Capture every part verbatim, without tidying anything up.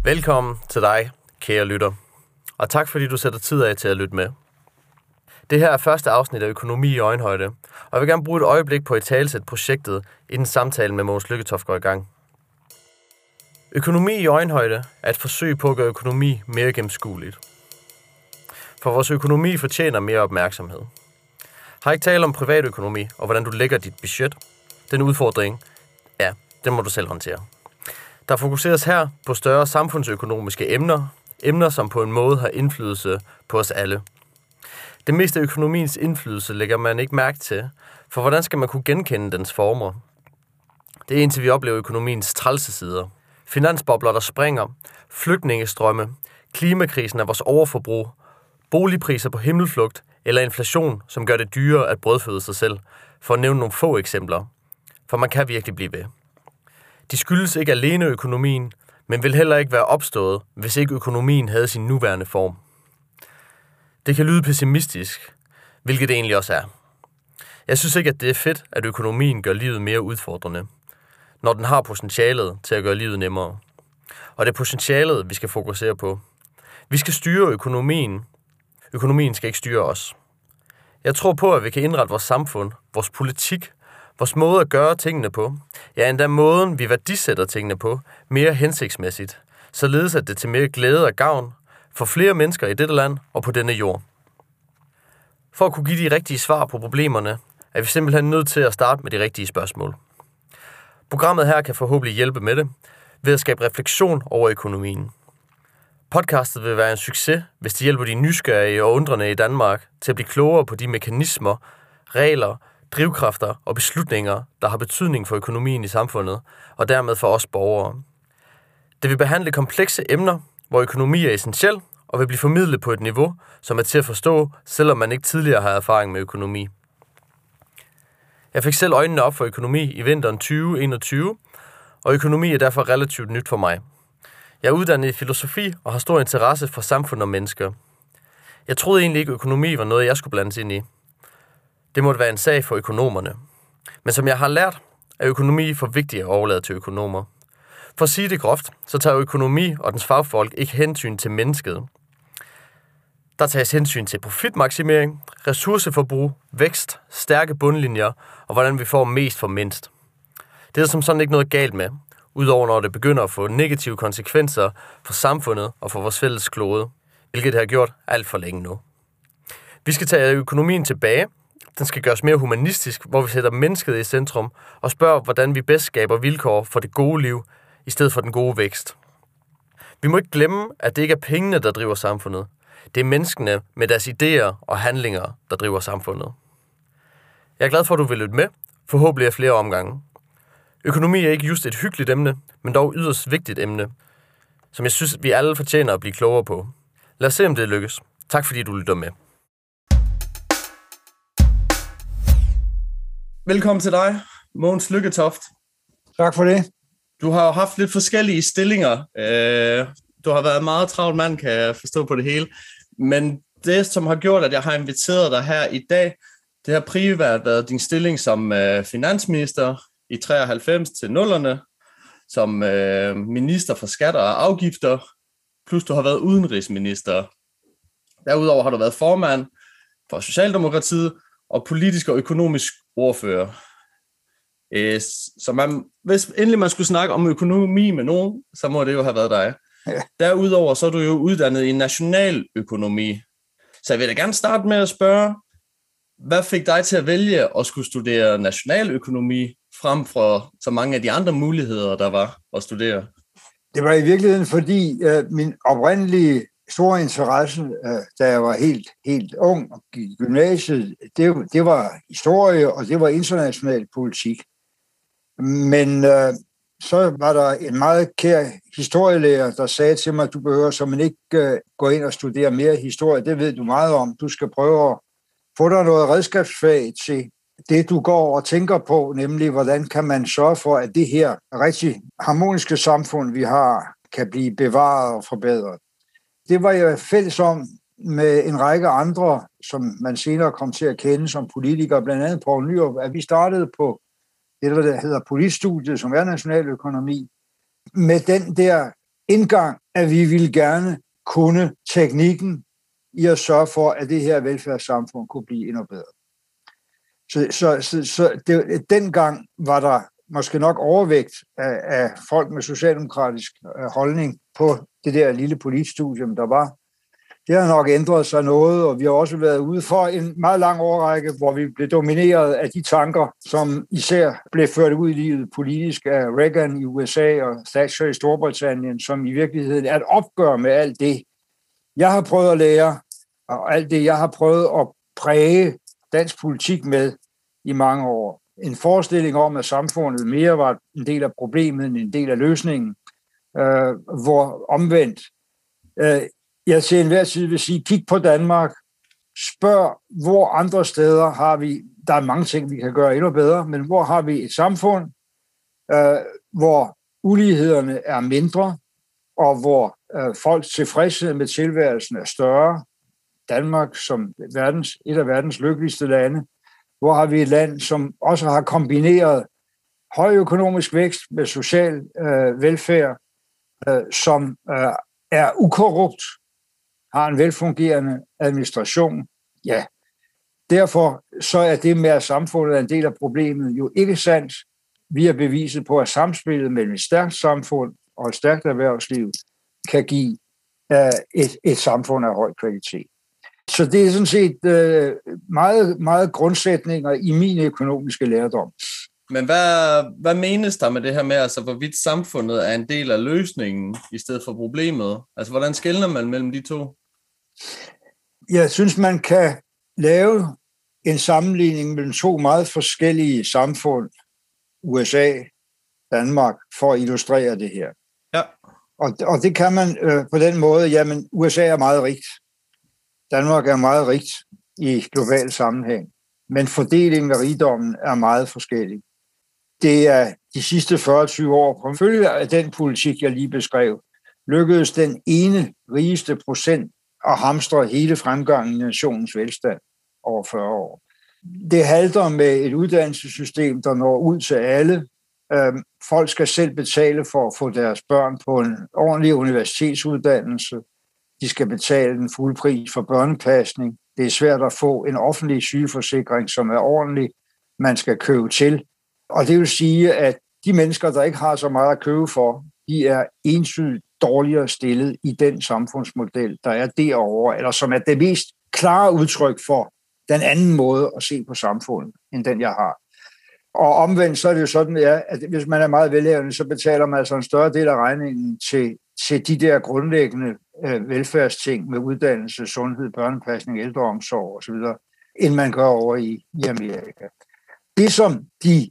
Velkommen til dig, kære lytter, og tak fordi du sætter tid af til at lytte med. Det her er første afsnit af Økonomi i øjenhøjde, og jeg vil gerne bruge et øjeblik på at italesætte projektet, inden samtalen med Mogens Lykketoft går i gang. Økonomi i øjenhøjde er et forsøg på at gøre økonomi mere gennemskueligt. For vores økonomi fortjener mere opmærksomhed. Har ikke talt om privatøkonomi og hvordan du lægger dit budget? Den udfordring, ja, den må du selv håndtere. Der fokuseres her på større samfundsøkonomiske emner, emner som på en måde har indflydelse på os alle. Det meste af økonomiens indflydelse lægger man ikke mærke til, for hvordan skal man kunne genkende dens former? Det er indtil vi oplever økonomiens trælse sider. Finansbobler, der springer, flygtningestrømme, klimakrisen af vores overforbrug, boligpriser på himmelflugt eller inflation, som gør det dyrere at brødføde sig selv, for at nævne nogle få eksempler. For man kan virkelig blive ved. De skyldes ikke alene økonomien, men vil heller ikke være opstået, hvis ikke økonomien havde sin nuværende form. Det kan lyde pessimistisk, hvilket det egentlig også er. Jeg synes ikke, at det er fedt, at økonomien gør livet mere udfordrende, når den har potentialet til at gøre livet nemmere. Og det er potentialet, vi skal fokusere på. Vi skal styre økonomien. Økonomien skal ikke styre os. Jeg tror på, at vi kan indrette vores samfund, vores politik, vores måde at gøre tingene på, ja endda måden, vi værdisætter tingene på, mere hensigtsmæssigt, således at det til mere glæde og gavn for flere mennesker i dette land og på denne jord. For at kunne give de rigtige svar på problemerne, er vi simpelthen nødt til at starte med de rigtige spørgsmål. Programmet her kan forhåbentlig hjælpe med det, ved at skabe refleksion over økonomien. Podcastet vil være en succes, hvis det hjælper de nysgerrige og undrende i Danmark til at blive klogere på de mekanismer, regler, drivkræfter og beslutninger, der har betydning for økonomien i samfundet, og dermed for os borgere. Det vil behandle komplekse emner, hvor økonomi er essentiel, og vil blive formidlet på et niveau, som er til at forstå, selvom man ikke tidligere har erfaring med økonomi. Jeg fik selv øjnene op for økonomi i vinteren tyve enogtyve, og økonomi er derfor relativt nyt for mig. Jeg er uddannet i filosofi og har stor interesse for samfund og mennesker. Jeg troede egentlig ikke, at økonomi var noget, jeg skulle blandes ind i. Det måtte være en sag for økonomerne. Men som jeg har lært, er økonomi for vigtigt at overlade til økonomer. For at sige det groft, så tager økonomi og dens fagfolk ikke hensyn til mennesket. Der tages hensyn til profitmaksimering, ressourceforbrug, vækst, stærke bundlinjer og hvordan vi får mest for mindst. Det er som sådan ikke noget galt med, udover når det begynder at få negative konsekvenser for samfundet og for vores fælles klode, hvilket det har gjort alt for længe nu. Vi skal tage økonomien tilbage. Den skal gøres mere humanistisk, hvor vi sætter mennesket i centrum og spørger, hvordan vi bedst skaber vilkår for det gode liv, i stedet for den gode vækst. Vi må ikke glemme, at det ikke er pengene, der driver samfundet. Det er menneskene med deres idéer og handlinger, der driver samfundet. Jeg er glad for, at du vil lytte med, forhåbentlig af flere omgange. Økonomi er ikke just et hyggeligt emne, men dog et yderst vigtigt emne, som jeg synes, vi alle fortjener at blive klogere på. Lad os se, om det lykkes. Tak fordi du lytter med. Velkommen til dig, Mogens Lykketoft. Tak for det. Du har jo haft lidt forskellige stillinger. Du har været en meget travlt mand, kan jeg forstå på det hele. Men det, som har gjort, at jeg har inviteret dig her i dag, det har primært været din stilling som finansminister i treoghalvfems til nullerne, som minister for skatter og afgifter, plus du har været udenrigsminister. Derudover har du været formand for Socialdemokratiet og politisk og økonomisk ordfører. Så man, hvis endelig man skulle snakke om økonomi med nogen, så må det jo have været dig. Ja. Derudover så er du jo uddannet i nationaløkonomi. Så jeg vil da gerne starte med at spørge, hvad fik dig til at vælge at skulle studere nationaløkonomi frem for så mange af de andre muligheder, der var at studere? Det var i virkeligheden, fordi uh, min oprindelige store interesse, uh, da jeg var helt, helt ung og gik i gymnasiet, det, det var historie, og det var international politik. Men uh, så var der en meget kær historielærer, der sagde til mig, at du behøver så man ikke uh, gå ind og studere mere historie. Det ved du meget om. Du skal prøve at få dig noget redskabsfag til det, du går og tænker på, nemlig hvordan kan man sørge for, at det her rigtig harmoniske samfund, vi har, kan blive bevaret og forbedret. Det var jeg fælles om med en række andre, som man senere kom til at kende som politikere, blandt andet Poul Nyrup, at vi startede på det, der hedder politstudiet, som er nationaløkonomi, med den der indgang at vi ville gerne kunne teknikken i at sørge for, at det her velfærdssamfund kunne blive endnu bedre. Så, så, så, så det, dengang var der måske nok overvægt af, af folk med socialdemokratisk holdning på det der lille politstudium, der var. Det har nok ændret sig noget, og vi har også været ude for en meget lang årrække, hvor vi blev domineret af de tanker, som især blev ført ud i livet politisk af Reagan i U S A og Thatcher i Storbritannien, som i virkeligheden er et opgør med alt det, jeg har prøvet at lære, og alt det, jeg har prøvet at præge dansk politik med i mange år. En forestilling om, at samfundet mere var en del af problemet end en del af løsningen, øh, hvor omvendt øh, jeg til enhver tid vil sige, kig på Danmark, spørg, hvor andre steder har vi, der er mange ting, vi kan gøre endnu bedre, men hvor har vi et samfund, øh, hvor ulighederne er mindre, og hvor øh, folks tilfredshed med tilværelsen er større. Danmark som verdens, et af verdens lykkeligste lande, hvor har vi et land, som også har kombineret høj økonomisk vækst med social øh, velfærd, øh, som øh, er ukorrupt, har en velfungerende administration. Ja, derfor så er det med, at samfundet er en del af problemet, jo ikke sandt. Vi har beviset på, at samspillet mellem et stærkt samfund og et stærkt erhvervsliv kan give uh, et, et samfund af høj kvalitet. Så det er sådan set uh, meget, meget grundsætninger i min økonomiske lærdom. Men hvad, hvad menes der med det her med, altså hvorvidt samfundet er en del af løsningen i stedet for problemet? Altså hvordan skelner man mellem de to? Jeg synes, man kan lave en sammenligning mellem to meget forskellige samfund, U S A, Danmark, for at illustrere det her. Ja. Og, og det kan man øh, på den måde, jamen U S A er meget rigt. Danmark er meget rigt i global sammenhæng, men fordelingen af rigdommen er meget forskellig. Det er de sidste fyrre til tyve år, på følge af den politik, jeg lige beskrev, lykkedes den ene rigeste procent at hamstre hele fremgangen i nationens velstand over fyrre år. Det halter med et uddannelsessystem, der når ud til alle. Folk skal selv betale for at få deres børn på en ordentlig universitetsuddannelse. De skal betale den fulde pris for børnepasning. Det er svært at få en offentlig sygeforsikring, som er ordentlig, man skal købe til. Og det vil sige, at de mennesker, der ikke har så meget at købe for, de er entydigt dårligere stillet i den samfundsmodel, der er derovre, eller som er det mest klare udtryk for den anden måde at se på samfundet, end den jeg har. Og omvendt så er det jo sådan, ja, at hvis man er meget velhavende, så betaler man altså en større del af regningen til, til de der grundlæggende øh, velfærdsting med uddannelse, sundhed, børnepasning, ældreomsorg osv., end man gør over i, i Amerika. Det som de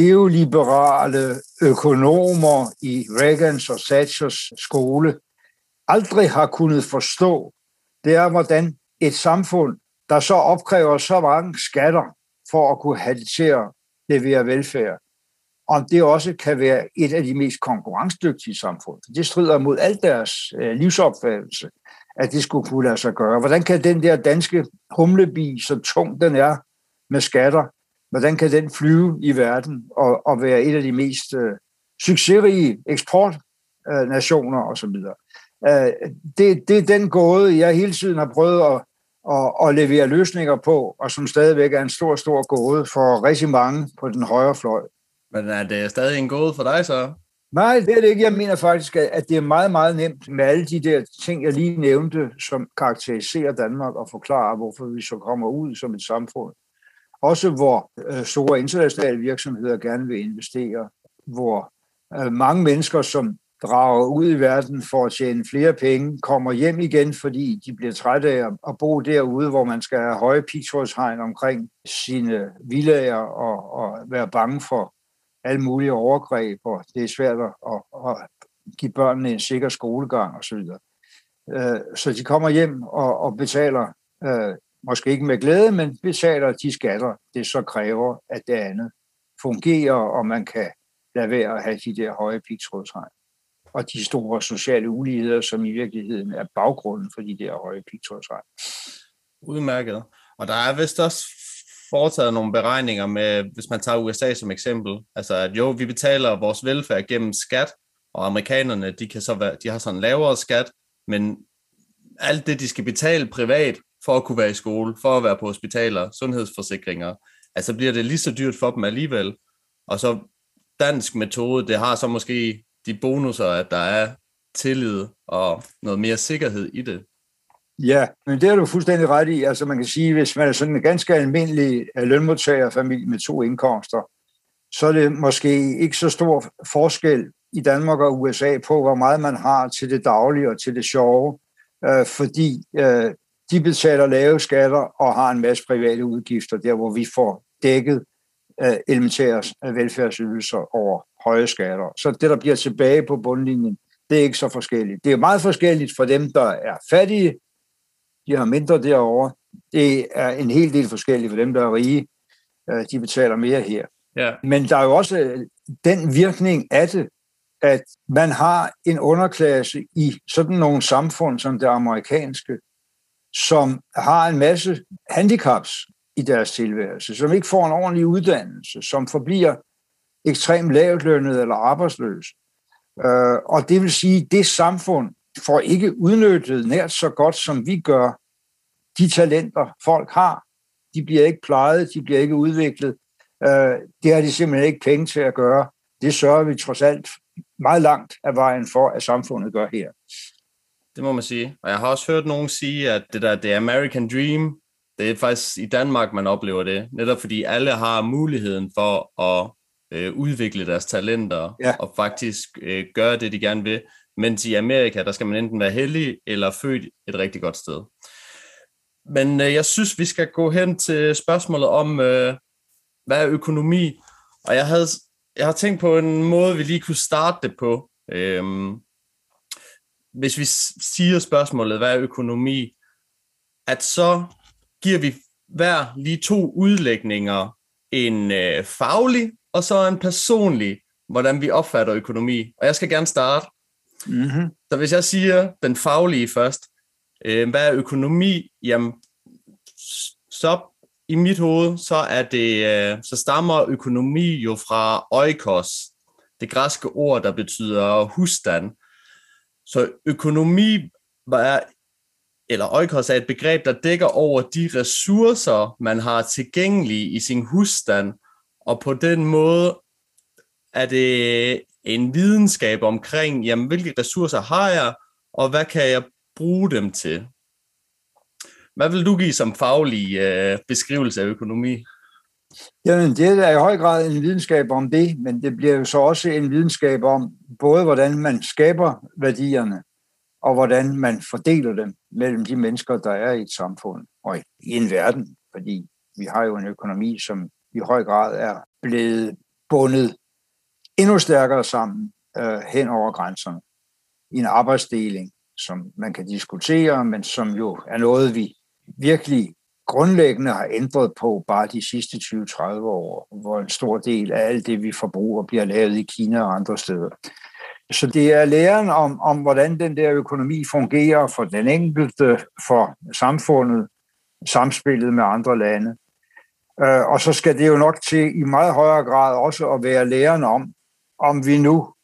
neoliberale økonomer i Reagans og Thatchers skole aldrig har kunnet forstå, det er, hvordan et samfund, der så opkræver så mange skatter for at kunne have det til at levere velfærd, om det også kan være et af de mest konkurrencedygtige samfund. Det strider mod al deres øh, livsopfattelse, at det skulle kunne lade sig gøre. Hvordan kan den der danske humlebi, så tung den er med skatter, hvordan kan den flyve i verden og, og være et af de mest øh, succesrige eksportnationer øh, osv.? Øh, det, det er den gåde, jeg hele tiden har prøvet at, at, at levere løsninger på, og som stadigvæk er en stor, stor gåde for rigtig mange på den højre fløj. Men er det stadig en gåde for dig så? Nej, det er det ikke. Jeg mener faktisk, at det er meget, meget nemt med alle de der ting, jeg lige nævnte, som karakteriserer Danmark og forklarer, hvorfor vi så kommer ud som et samfund. Også hvor øh, store internationale virksomheder gerne vil investere, hvor øh, mange mennesker, som drager ud i verden for at tjene flere penge, kommer hjem igen, fordi de bliver trætte af at bo derude, hvor man skal have høje pigtrådshegn omkring sine villager og, og være bange for alle mulige overgreb, og det er svært at, at give børnene en sikker skolegang osv. Så de kommer hjem og, og betaler, måske ikke med glæde, men betaler de skatter, det så kræver, at det andet fungerer, og man kan lade være at have de der høje pigtrådshegn. Og de store sociale uligheder, som i virkeligheden er baggrunden for de der høje pigtrådshegn. Udmærket. Og der er vist også foretaget nogle beregninger med, hvis man tager U S A som eksempel, altså at jo, vi betaler vores velfærd gennem skat, og amerikanerne, de, kan så være, de har sådan en lavere skat, men alt det, de skal betale privat for at kunne være i skole, for at være på hospitaler, sundhedsforsikringer, altså bliver det lige så dyrt for dem alligevel. Og så dansk metode, det har så måske de bonusser, at der er tillid og noget mere sikkerhed i det. Ja, men det er du fuldstændig ret i. Altså man kan sige, hvis man er sådan en ganske almindelig lønmodtagerfamilie med to indkomster, så er det måske ikke så stor forskel i Danmark og U S A på, hvor meget man har til det daglige og til det sjove, øh, fordi øh, de betaler lave skatter og har en masse private udgifter, der hvor vi får dækket øh, elementære velfærdsydelser over høje skatter. Så det, der bliver tilbage på bundlinjen, det er ikke så forskelligt. Det er meget forskelligt for dem, der er fattige. De har mindre derovre. Det er en hel del forskelligt for dem, der er rige. Øh, de betaler mere her. Ja. Men der er jo også den virkning af det, at man har en underklasse i sådan nogle samfund som det amerikanske, som har en masse handicaps i deres tilværelse, som ikke får en ordentlig uddannelse, som forbliver ekstremt lavtlønnet eller arbejdsløs. Og det vil sige, at det samfund får ikke udnyttet nært så godt, som vi gør, de talenter, folk har. De bliver ikke plejet, de bliver ikke udviklet. Det har de simpelthen ikke penge til at gøre. Det sørger vi trods alt meget langt af vejen for, at samfundet gør her. Det må man sige. Og jeg har også hørt nogen sige, at det der det American Dream, det er faktisk i Danmark, man oplever det. Netop fordi alle har muligheden for at øh, udvikle deres talenter, ja. Og faktisk øh, gøre det, de gerne vil. Mens i Amerika, der skal man enten være heldig eller født et rigtig godt sted. Men øh, jeg synes, vi skal gå hen til spørgsmålet om, øh, hvad er økonomi? Og jeg havde, jeg har tænkt på en måde, vi lige kunne starte det på. Øhm, hvis vi siger spørgsmålet, hvad er økonomi? At så giver vi hver lige to udlægninger. En øh, faglig, og så en personlig, hvordan vi opfatter økonomi. Og jeg skal gerne starte. Mm-hmm. Så hvis jeg siger den faglige først, øh, hvad er økonomi? Jamen, så i mit hoved, så er det, øh, så stammer økonomi jo fra oikos, det græske ord, der betyder husstand. Så økonomi var, eller oikos er et begreb, der dækker over de ressourcer, man har tilgængelige i sin husstand, og på den måde er det en videnskab omkring, jamen, hvilke ressourcer har jeg, og hvad kan jeg bruge dem til? Hvad vil du give som faglig øh, beskrivelse af økonomi? Jamen, det er i høj grad en videnskab om det, men det bliver jo så også en videnskab om både, hvordan man skaber værdierne, og hvordan man fordeler dem mellem de mennesker, der er i et samfund og i en verden. Fordi vi har jo en økonomi, som i høj grad er blevet bundet endnu stærkere sammen øh, hen over grænserne. I en arbejdsdeling, som man kan diskutere, men som jo er noget, vi virkelig grundlæggende har ændret på bare de sidste tyve til tredive år, hvor en stor del af alt det, vi forbruger, bliver lavet i Kina og andre steder. Så det er læren om, om, hvordan den der økonomi fungerer for den enkelte, for samfundet, samspillet med andre lande. Og så skal det jo nok til i meget højere grad også at være læren om, om vi nu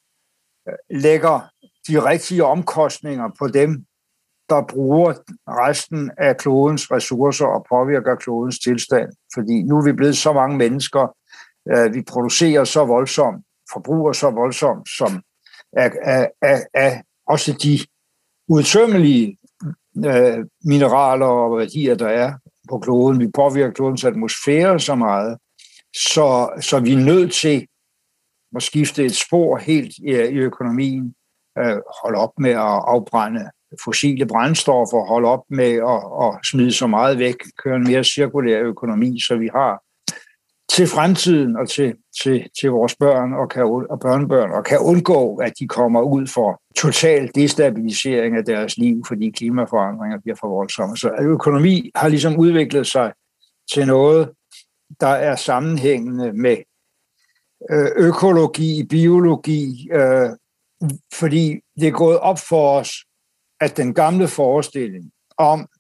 lægger de rigtige omkostninger på dem, der bruger resten af klodens ressourcer og påvirker klodens tilstand. Fordi nu er vi blevet så mange mennesker, vi producerer så voldsomt, forbruger så voldsomt, som af, af, af, af også de udtømmelige øh, mineraler og værdier, der er på kloden. Vi påvirker klodens atmosfære så meget, så, så vi er nødt til at skifte et spor helt i, i økonomien, øh, holde op med at afbrænde fossile brændstoffer, holde op med at, at smide så meget væk, køre en mere cirkulær økonomi, så vi har til fremtiden og til, til, til vores børn og, kan, og børnebørn, og kan undgå, at de kommer ud for total destabilisering af deres liv, fordi klimaforandringer bliver for voldsomme. Så økonomi har ligesom udviklet sig til noget, der er sammenhængende med økologi, biologi, øh, fordi det er gået op for os, at den gamle forestilling om,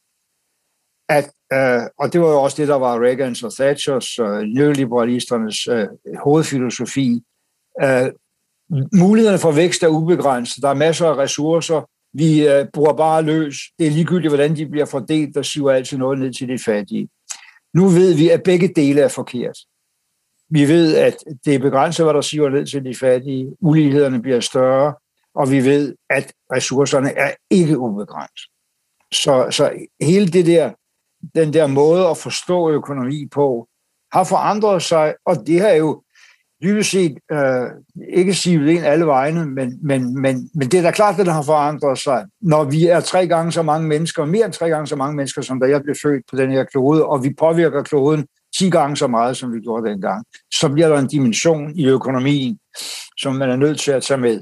at, øh, og det var jo også det, der var Reagans og Thatchers, øh, neoliberalisternes øh, hovedfilosofi, øh, mulighederne for vækst er ubegrænset. Der er masser af ressourcer. Vi øh, bruger bare løs. Det er ligegyldigt, hvordan de bliver fordelt, der siver altid noget ned til de fattige. Nu ved vi, at begge dele er forkert. Vi ved, at det er begrænset, hvad der siver ned til de fattige. Ulighederne bliver større, og vi ved, at ressourcerne er ikke ubegrænset. Så, så hele det der, den der måde at forstå økonomi på, har forandret sig, og det har jo dybest set øh, ikke sivet ind alle vegne, men, men, men, men det er da klart, at det har forandret sig. Når vi er tre gange så mange mennesker, mere end tre gange så mange mennesker, som da jeg blev født på den her klode, og vi påvirker kloden ti gange så meget, som vi gjorde dengang, så bliver der en dimension i økonomien, som man er nødt til at tage med.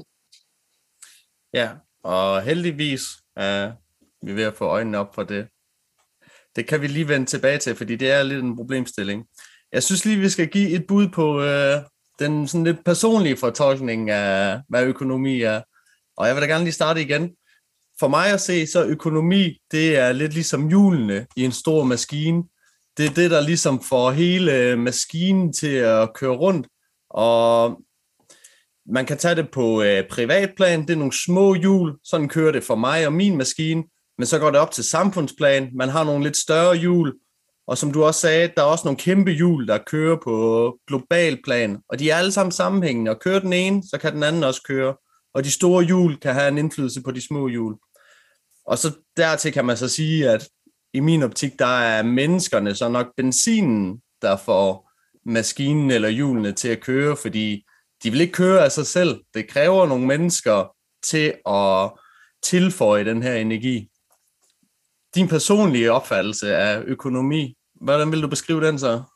Ja, og heldigvis er vi ved at få øjnene op for det. Det kan vi lige vende tilbage til, fordi det er lidt en problemstilling. Jeg synes lige, vi skal give et bud på øh, den sådan lidt personlige fortolkning af, hvad økonomi er. Og jeg vil da gerne lige starte igen. For mig at se, så økonomi, det er lidt ligesom hjulene i en stor maskine. Det er det, der ligesom får hele maskinen til at køre rundt. Og man kan tage det på øh, privatplan. Det er nogle små hjul. Sådan kører det for mig og min maskine. Men så går det op til samfundsplan. Man har nogle lidt større hjul. Og som du også sagde, der er også nogle kæmpe hjul, der kører på global plan. Og de er alle sammen sammenhængende. Og kører den ene, så kan den anden også køre. Og de store hjul kan have en indflydelse på de små hjul. Og så dertil kan man så sige, at i min optik, der er menneskerne så nok benzinen, der får maskinen eller hjulene til at køre. Fordi de vil ikke køre af sig selv. Det kræver nogle mennesker til at tilføje den her energi. Din personlige opfattelse af økonomi, hvordan vil du beskrive den så?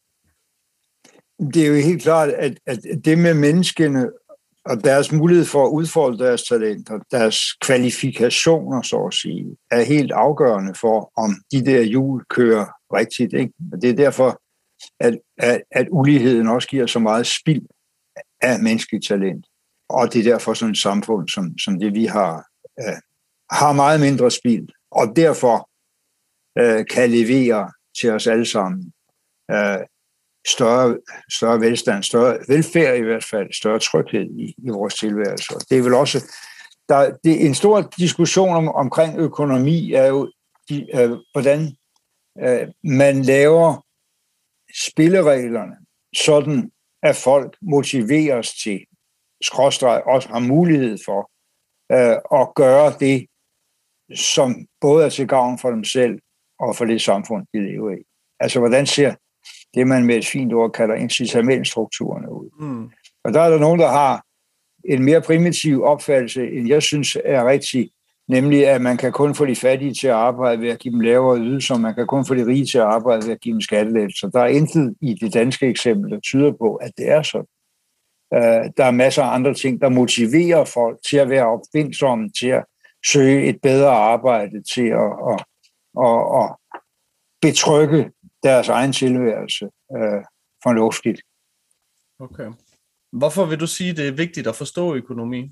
Det er jo helt klart, at, at det med menneskene og deres mulighed for at udfolde deres talenter, deres kvalifikationer, så at sige, er helt afgørende for, om de der hjul kører rigtigt. Ikke? Og det er derfor, at, at, at uligheden også giver så meget spild af menneskeligt talent. Og det er derfor sådan et samfund, som, som det vi har, øh, har meget mindre spild. Og derfor øh, kan levere til os alle sammen øh, større, større velstand, større velfærd i hvert fald, større tryghed i, i vores tilværelse. Det er vel også, der, det er en stor diskussion om, omkring økonomi, er jo, de, øh, hvordan øh, man laver spillereglerne, sådan at folk motiveres til, skråstreg også har mulighed for øh, at gøre det, som både er til gavn for dem selv og for det samfund, de lever i. Altså, hvordan ser det, man med et fint ord kalder incitamentstrukturerne ud? Mm. Og der er der nogen, der har en mere primitiv opfattelse, end jeg synes er rigtig, nemlig at man kan kun få de fattige til at arbejde ved at give dem lavere ydelser, man kan kun få de rige til at arbejde ved at give dem skattelettelser. Der er intet i det danske eksempel, der tyder på, at det er sådan. Uh, der er masser af andre ting, der motiverer folk til at være opfindsomme, til at søge et bedre arbejde, til at, at, at, at betrygge deres egen tilværelse uh, fornuftigt. Okay. Hvorfor vil du sige, det er vigtigt at forstå økonomi?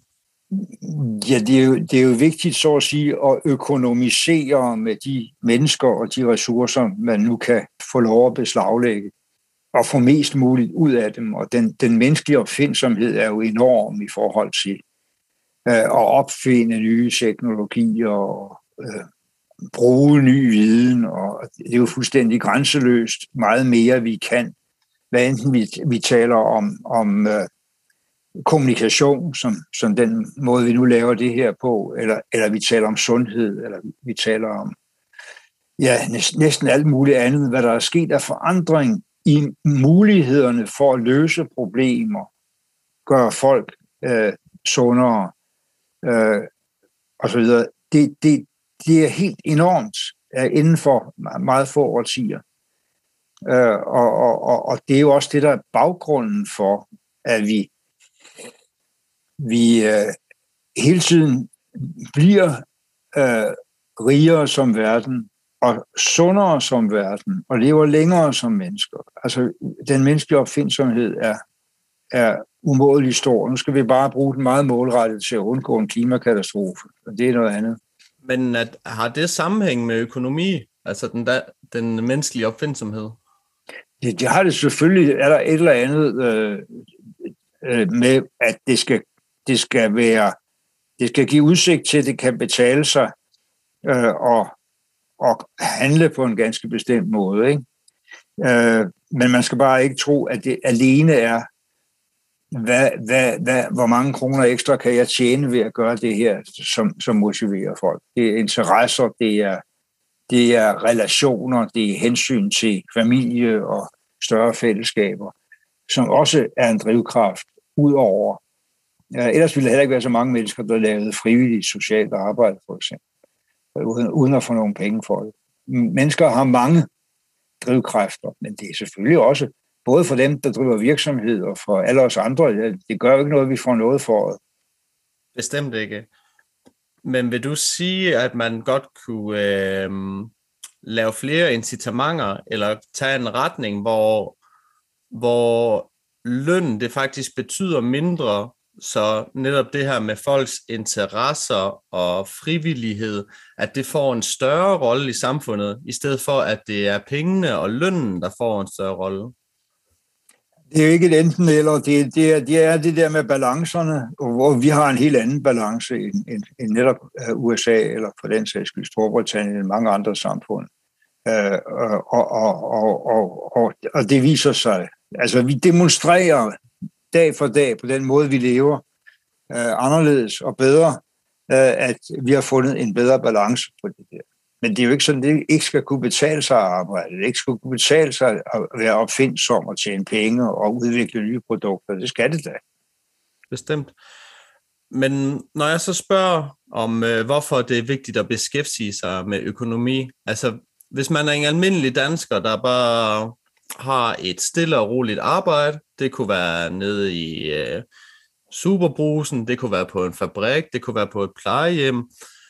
Ja, det er, jo, det er jo vigtigt, så at sige, at økonomisere med de mennesker og de ressourcer, man nu kan få lov at beslaglægge, og få mest muligt ud af dem. Og den, den menneskelige opfindsomhed er jo enorm i forhold til øh, at opfinde nye teknologier og øh, bruge ny viden. Og det er jo fuldstændig grænseløst meget mere, vi kan. Hvad enten vi, vi taler om, om øh, kommunikation, som, som den måde, vi nu laver det her på, eller, eller vi taler om sundhed, eller vi, vi taler om ja, næsten, næsten alt muligt andet, hvad der er sket af forandring i mulighederne for at løse problemer, gøre folk øh, sundere øh, og så videre. Det, det, det er helt enormt øh, inden for meget få årtier. Øh, og, og, og det er jo også det, der er baggrunden for, at vi, vi øh, hele tiden bliver øh, rigere som verden, og sundere som verden, og lever længere som mennesker. Altså, den menneskelige opfindsomhed er, er umådelig stor. Nu skal vi bare bruge den meget målrettet til at undgå en klimakatastrofe, og det er noget andet. Men at, har det sammenhæng med økonomi, altså den, der, den menneskelige opfindsomhed? Det, det har det selvfølgelig. Er der et eller andet øh, øh, med, at det skal det skal være, det skal give udsigt til, at det kan betale sig øh, og, og handle på en ganske bestemt måde, ikke? Øh, men man skal bare ikke tro, at det alene er, hvad, hvad, hvad, hvor mange kroner ekstra kan jeg tjene ved at gøre det her, som, som motiverer folk. Det er interesser, det er, det er relationer, det er hensyn til familie og større fællesskaber, som også er en drivkraft ud over. Ja, ellers ville der heller ikke være så mange mennesker, der lavede frivilligt socialt arbejde, for eksempel, uden, uden at få nogle penge for det. Mennesker har mange drivkræfter, men det er selvfølgelig også, både for dem, der driver virksomhed, og for alle os andre, det gør jo ikke noget, vi får noget for det. Bestemt ikke. Men vil du sige, at man godt kunne øh, lave flere incitamenter, eller tage en retning, hvor, hvor løn det faktisk betyder mindre, så netop det her med folks interesser og frivillighed, at det får en større rolle i samfundet, i stedet for at det er pengene og lønnen, der får en større rolle? Det er jo ikke et enten eller, det, det, er, det er det der med balancerne, hvor vi har en helt anden balance end, end, end netop U S A, eller for den sags skyld Storbritannien, og mange andre samfund. Uh, og, og, og, og, og, og det viser sig, altså vi demonstrerer dag for dag på den måde, vi lever, uh, anderledes og bedre, uh, at vi har fundet en bedre balance på det der. Men det er jo ikke sådan, at det ikke skal kunne betale sig at arbejde. Det ikke skal kunne betale sig at være opfindsom og tjene penge og udvikle nye produkter. Det skal det da. Bestemt. Men når jeg så spørger om, øh, hvorfor det er vigtigt at beskæftige sig med økonomi, altså hvis man er en almindelig dansker, der bare har et stille og roligt arbejde, det kunne være nede i øh, Superbrusen, det kunne være på en fabrik, det kunne være på et plejehjem.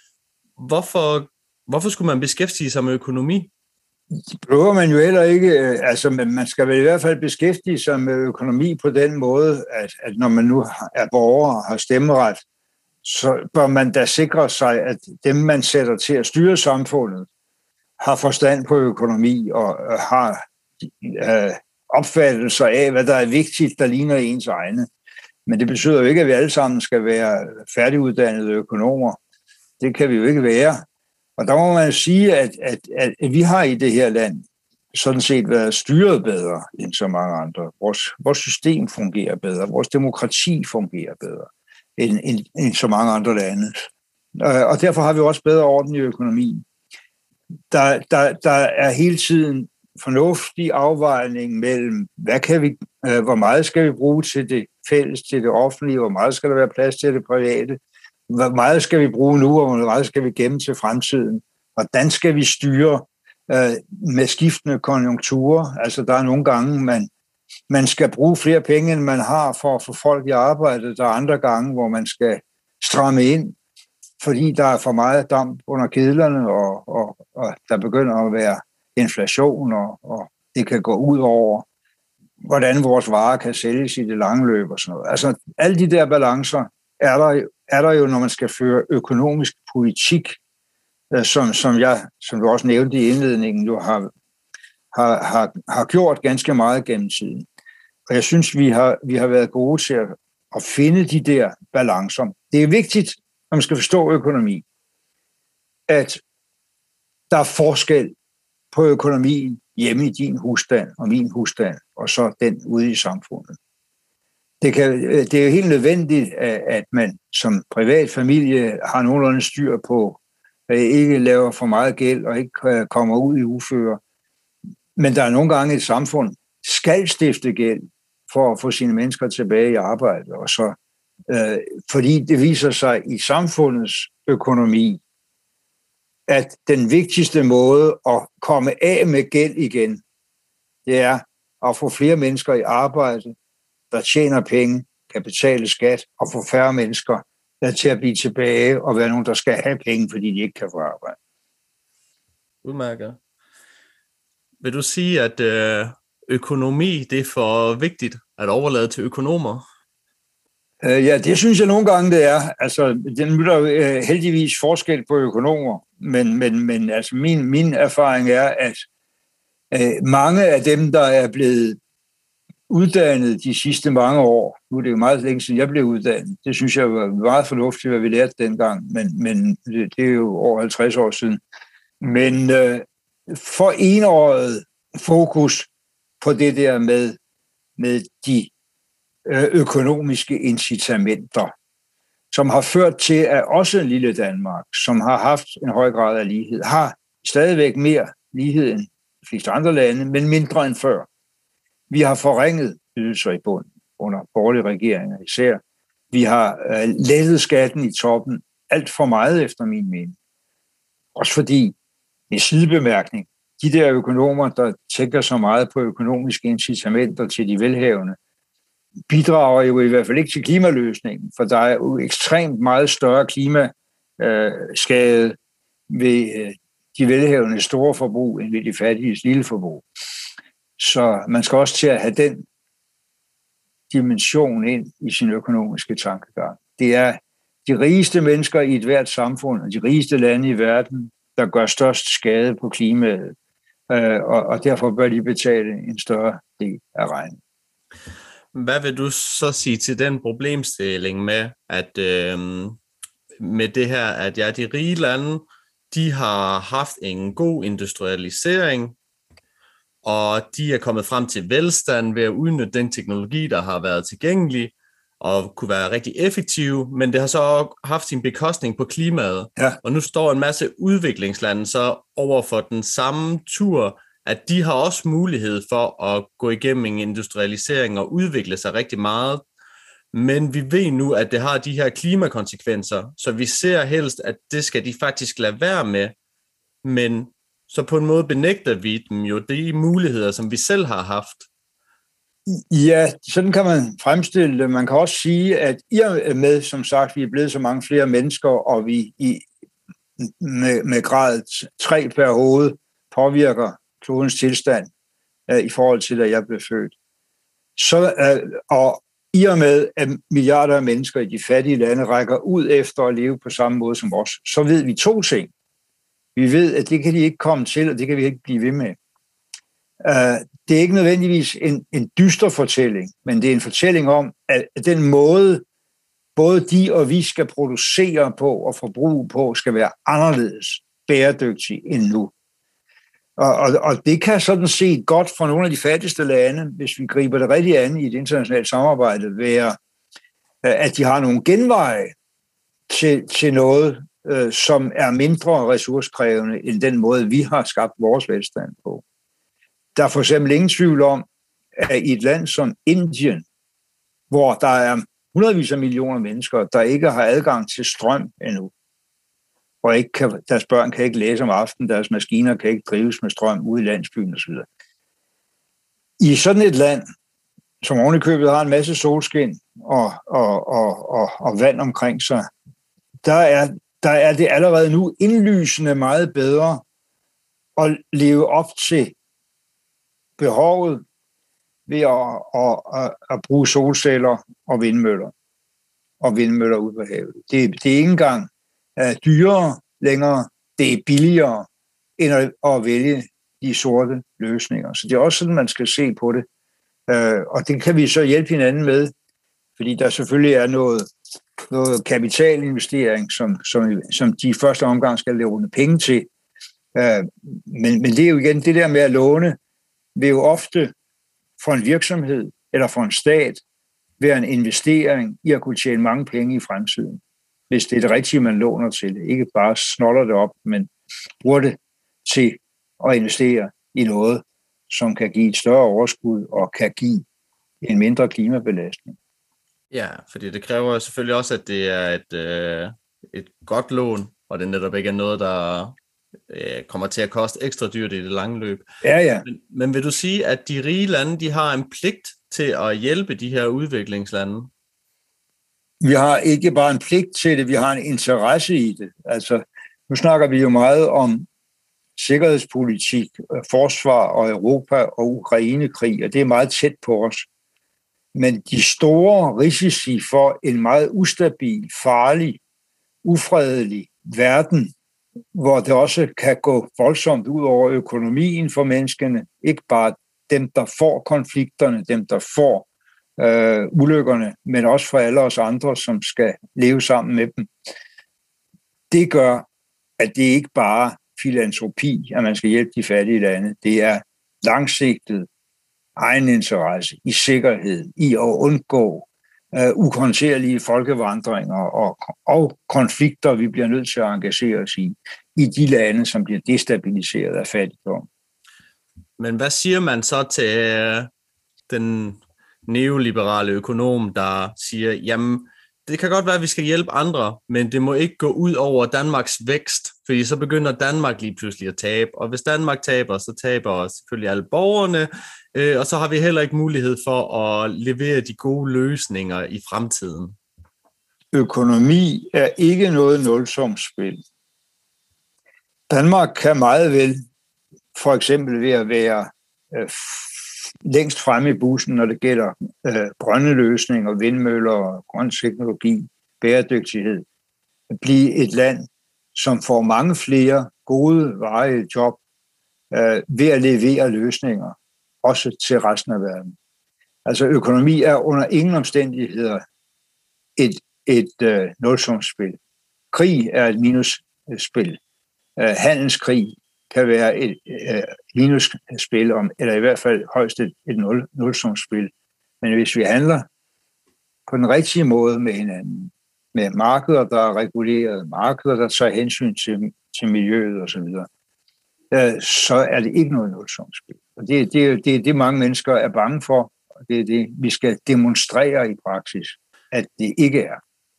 Hvorfor Hvorfor skulle man beskæftige sig med økonomi? Det behøver man jo heller ikke. Altså, man skal vel i hvert fald beskæftige sig med økonomi på den måde, at, at når man nu er borger og har stemmeret, så bør man da sikre sig, at dem, man sætter til at styre samfundet, har forstand på økonomi og har øh, opfattelser af, hvad der er vigtigt, der ligner ens egne. Men det betyder jo ikke, at vi alle sammen skal være færdiguddannede økonomer. Det kan vi jo ikke være. Og der må man sige, at, at, at, at vi har i det her land sådan set været styret bedre end så mange andre. Vores, vores system fungerer bedre, vores demokrati fungerer bedre end, end, end så mange andre lande. Og derfor har vi også bedre orden i økonomien. Der, der, der er hele tiden fornuftig afvejning mellem, hvad kan vi, hvor meget skal vi bruge til det fælles, til det offentlige, hvor meget skal der være plads til det private, hvor meget skal vi bruge nu, og hvor meget skal vi gemme til fremtiden? Hvordan skal vi styre øh, med skiftende konjunkturer? Altså, der er nogle gange, man, man skal bruge flere penge, end man har for at få folk i arbejde. Der er andre gange, hvor man skal stramme ind, fordi der er for meget damp under kedlerne, og, og, og der begynder at være inflation, og, og det kan gå ud over, hvordan vores varer kan sælges i det lange løb og sådan noget. Altså, alle de der balancer er der er der jo, når man skal føre økonomisk politik, som, som jeg, som du også nævnte i indledningen, jo har, har, har, har gjort ganske meget gennem tiden. Og jeg synes, vi har, vi har været gode til at, at finde de der balancer. Det er vigtigt, når man skal forstå økonomi, at der er forskel på økonomien hjemme i din husstand og min husstand, og så den ude i samfundet. Det, kan, det er jo helt nødvendigt, at man som privat familie har nogenlunde styr på, at ikke laver for meget gæld og ikke kommer ud i uføre. Men der er nogle gange et samfund, skal stifte gæld for at få sine mennesker tilbage i arbejde. Og så, øh, fordi det viser sig i samfundets økonomi, at den vigtigste måde at komme af med gæld igen, det er at få flere mennesker i arbejde, der tjener penge, kan betale skat, og få færre mennesker der til at blive tilbage og være nogen, der skal have penge, fordi de ikke kan få arbejde. Udmærket. Vil du sige, at økonomi det er for vigtigt at overlade til økonomer? Ja, det synes jeg nogle gange, det er. Altså, den er jo heldigvis forskel på økonomer, men, men, men altså min, min erfaring er, at mange af dem, der er blevet uddannet de sidste mange år. Nu er det jo meget længe siden, jeg blev uddannet. Det synes jeg var meget fornuftigt, hvad vi lærte dengang, men, men det, det er jo over halvtreds år siden. Men øh, for enåret fokus på det der med, med de øh, økonomiske incitamenter, som har ført til, at også lille Danmark, som har haft en høj grad af lighed, har stadigvæk mere lighed end de fleste andre lande, men mindre end før. Vi har forringet ydelser i bunden under borgerlige regeringer især. Vi har øh, lettet skatten i toppen alt for meget efter min mening. Også fordi, med sidebemærkning, de der økonomer, der tænker så meget på økonomiske incitamenter til de velhavende, bidrager jo i hvert fald ikke til klimaløsningen, for der er jo ekstremt meget større klimaskade ved de velhavende store forbrug, end ved de fattiges lille forbrug. Så man skal også til at have den dimension ind i sin økonomiske tankegang. Det er de rigeste mennesker i et hvert samfund, og de rigeste lande i verden, der gør størst skade på klimaet, og derfor bør de betale en større del af regningen. Hvad vil du så sige til den problemstilling med, at øh, med det her, at ja, de rige lande, de har haft en god industrialisering, og de er kommet frem til velstand ved at udnytte den teknologi, der har været tilgængelig, og kunne være rigtig effektive, men det har så også haft sin bekostning på klimaet. Ja. Og nu står en masse udviklingslande så over for den samme tur, at de har også mulighed for at gå igennem en industrialisering og udvikle sig rigtig meget. Men vi ved nu, at det har de her klimakonsekvenser, så vi ser helst, at det skal de faktisk lade være med. Men så på en måde benægter vi dem jo de muligheder, som vi selv har haft. Ja, sådan kan man fremstille det. Man kan også sige, at i og med, som sagt, vi er blevet så mange flere mennesker, og vi i, med, med grad tre per hoved påvirker klodens tilstand uh, i forhold til, da jeg blev født. Så, uh, og i og med, at milliarder af mennesker i de fattige lande rækker ud efter at leve på samme måde som os, så ved vi to ting. Vi ved, at det kan de ikke komme til, og det kan vi ikke blive ved med. Uh, det er ikke nødvendigvis en, en dyster fortælling, men det er en fortælling om, at den måde, både de og vi skal producere på og forbruge på, skal være anderledes bæredygtig end nu. Og, og, og det kan sådan set godt for nogle af de fattigste lande, hvis vi griber det rigtig an i et internationalt samarbejde, være, at de har nogle genveje til, til noget, øh, som er mindre ressourcekrævende end den måde, vi har skabt vores velstand på. Der er for eksempel ingen tvivl om, at i et land som Indien, hvor der er hundredvis af millioner mennesker, der ikke har adgang til strøm endnu, og ikke kan, deres børn kan ikke læse om aftenen, deres maskiner kan ikke drives med strøm ude i landsbyen osv. I sådan et land, som ovenikøbet har en masse solskin og, og, og, og, og vand omkring sig, der er, der er det allerede nu indlysende meget bedre at leve op til behovet ved at, at, at, at bruge solceller og vindmøller og vindmøller ude på havet. Det, det er ikke engang uh, dyrere længere, det er billigere end at, at vælge de sorte løsninger. Så det er også sådan, man skal se på det. Uh, og det kan vi så hjælpe hinanden med, fordi der selvfølgelig er noget, noget kapitalinvestering, som, som, som de i første omgang skal låne penge til. Uh, men, men det er jo igen det der med at låne, vil jo ofte for en virksomhed eller for en stat være en investering i at kunne tjene mange penge i fremtiden, hvis det er det rigtige, man låner til. Ikke bare snoller det op, men bruger det til at investere i noget, som kan give et større overskud og kan give en mindre klimabelastning. Ja, fordi det kræver selvfølgelig også, at det er et, øh, et godt lån, og det netop ikke er noget, der kommer til at koste ekstra dyrt i det lange løb. Ja, ja. Men, men vil du sige, at de rige lande, de har en pligt til at hjælpe de her udviklingslande? Vi har ikke bare en pligt til det, vi har en interesse i det. Altså, nu snakker vi jo meget om sikkerhedspolitik, forsvar og Europa og Ukrainekrig, og det er meget tæt på os. Men de store risici for en meget ustabil, farlig, ufredelig verden, hvor det også kan gå voldsomt ud over økonomien for menneskene, ikke bare dem, der får konflikterne, dem, der får øh, ulykkerne, men også for alle os andre, som skal leve sammen med dem. Det gør, at det ikke bare er filantropi, at man skal hjælpe de fattige lande. Det er langsigtet egeninteresse i sikkerhed, i at undgå uh, ukontrollerlige folkevandringer og, og konflikter, vi bliver nødt til at engagere os i, i de lande, som bliver destabiliseret af fattigdom. Men hvad siger man så til øh, den neoliberale økonom, der siger, jamen, det kan godt være, at vi skal hjælpe andre, men det må ikke gå ud over Danmarks vækst, fordi så begynder Danmark lige pludselig at tabe. Og hvis Danmark taber, så taber selvfølgelig alle borgerne, øh, og så har vi heller ikke mulighed for at levere de gode løsninger i fremtiden. Økonomi er ikke noget nulsumsspil. Danmark kan meget vel, for eksempel ved at være øh, længst fremme i bussen, når det gælder øh, grønne løsninger, vindmøller, grøn teknologi, bæredygtighed, blive et land, som får mange flere gode, varige job øh, ved at levere løsninger, også til resten af verden. Altså økonomi er under ingen omstændigheder et, et øh, nulsumsspil. Krig er et minusspil. Øh, handelskrig kan være et øh, minusspil, om, eller i hvert fald højst et, et nul, nulsumsspil. Men hvis vi handler på den rigtige måde med hinanden, med markeder, der er reguleret, markeder, der tager hensyn til, til miljøet osv., øh, så er det ikke noget nulsumsspil. Og det, det, det er det, mange mennesker er bange for, og det er det, vi skal demonstrere i praksis, at det ikke er.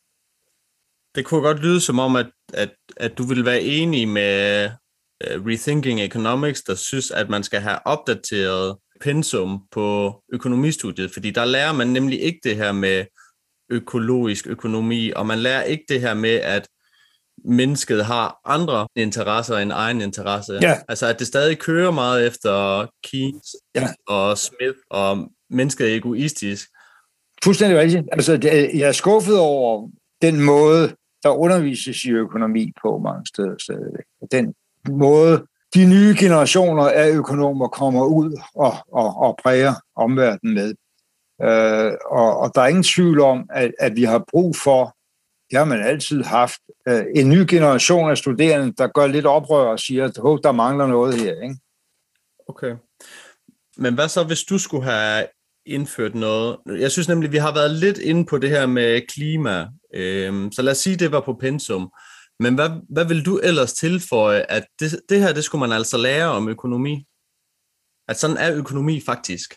Det kunne godt lyde som om, at, at, at du vil være enig med Rethinking Economics, der synes, at man skal have opdateret pensum på økonomistudiet, fordi der lærer man nemlig ikke det her med økologisk økonomi, og man lærer ikke det her med, at mennesket har andre interesser end egen interesse. Ja. Altså, at det stadig kører meget efter Keynes ja. og Smith, og mennesket er egoistisk. Fuldstændig rigtigt. Altså, jeg er skuffet over den måde, der undervises i økonomi på mange steder stadigvæk. Den måde, de nye generationer af økonomer kommer ud og, og, og præger omverdenen med. Øh, og, og der er ingen tvivl om, at, at vi har brug for, det har man altid haft, øh, en ny generation af studerende, der gør lidt oprør og siger, at der mangler noget her. Ikke? Okay. Men hvad så, hvis du skulle have indført noget? Jeg synes nemlig, vi har været lidt inde på det her med klima. Øh, så lad os sige, det var på pensum. Men hvad, hvad vil du ellers tilføje, at det, det her, det skulle man altså lære om økonomi? At sådan er økonomi faktisk?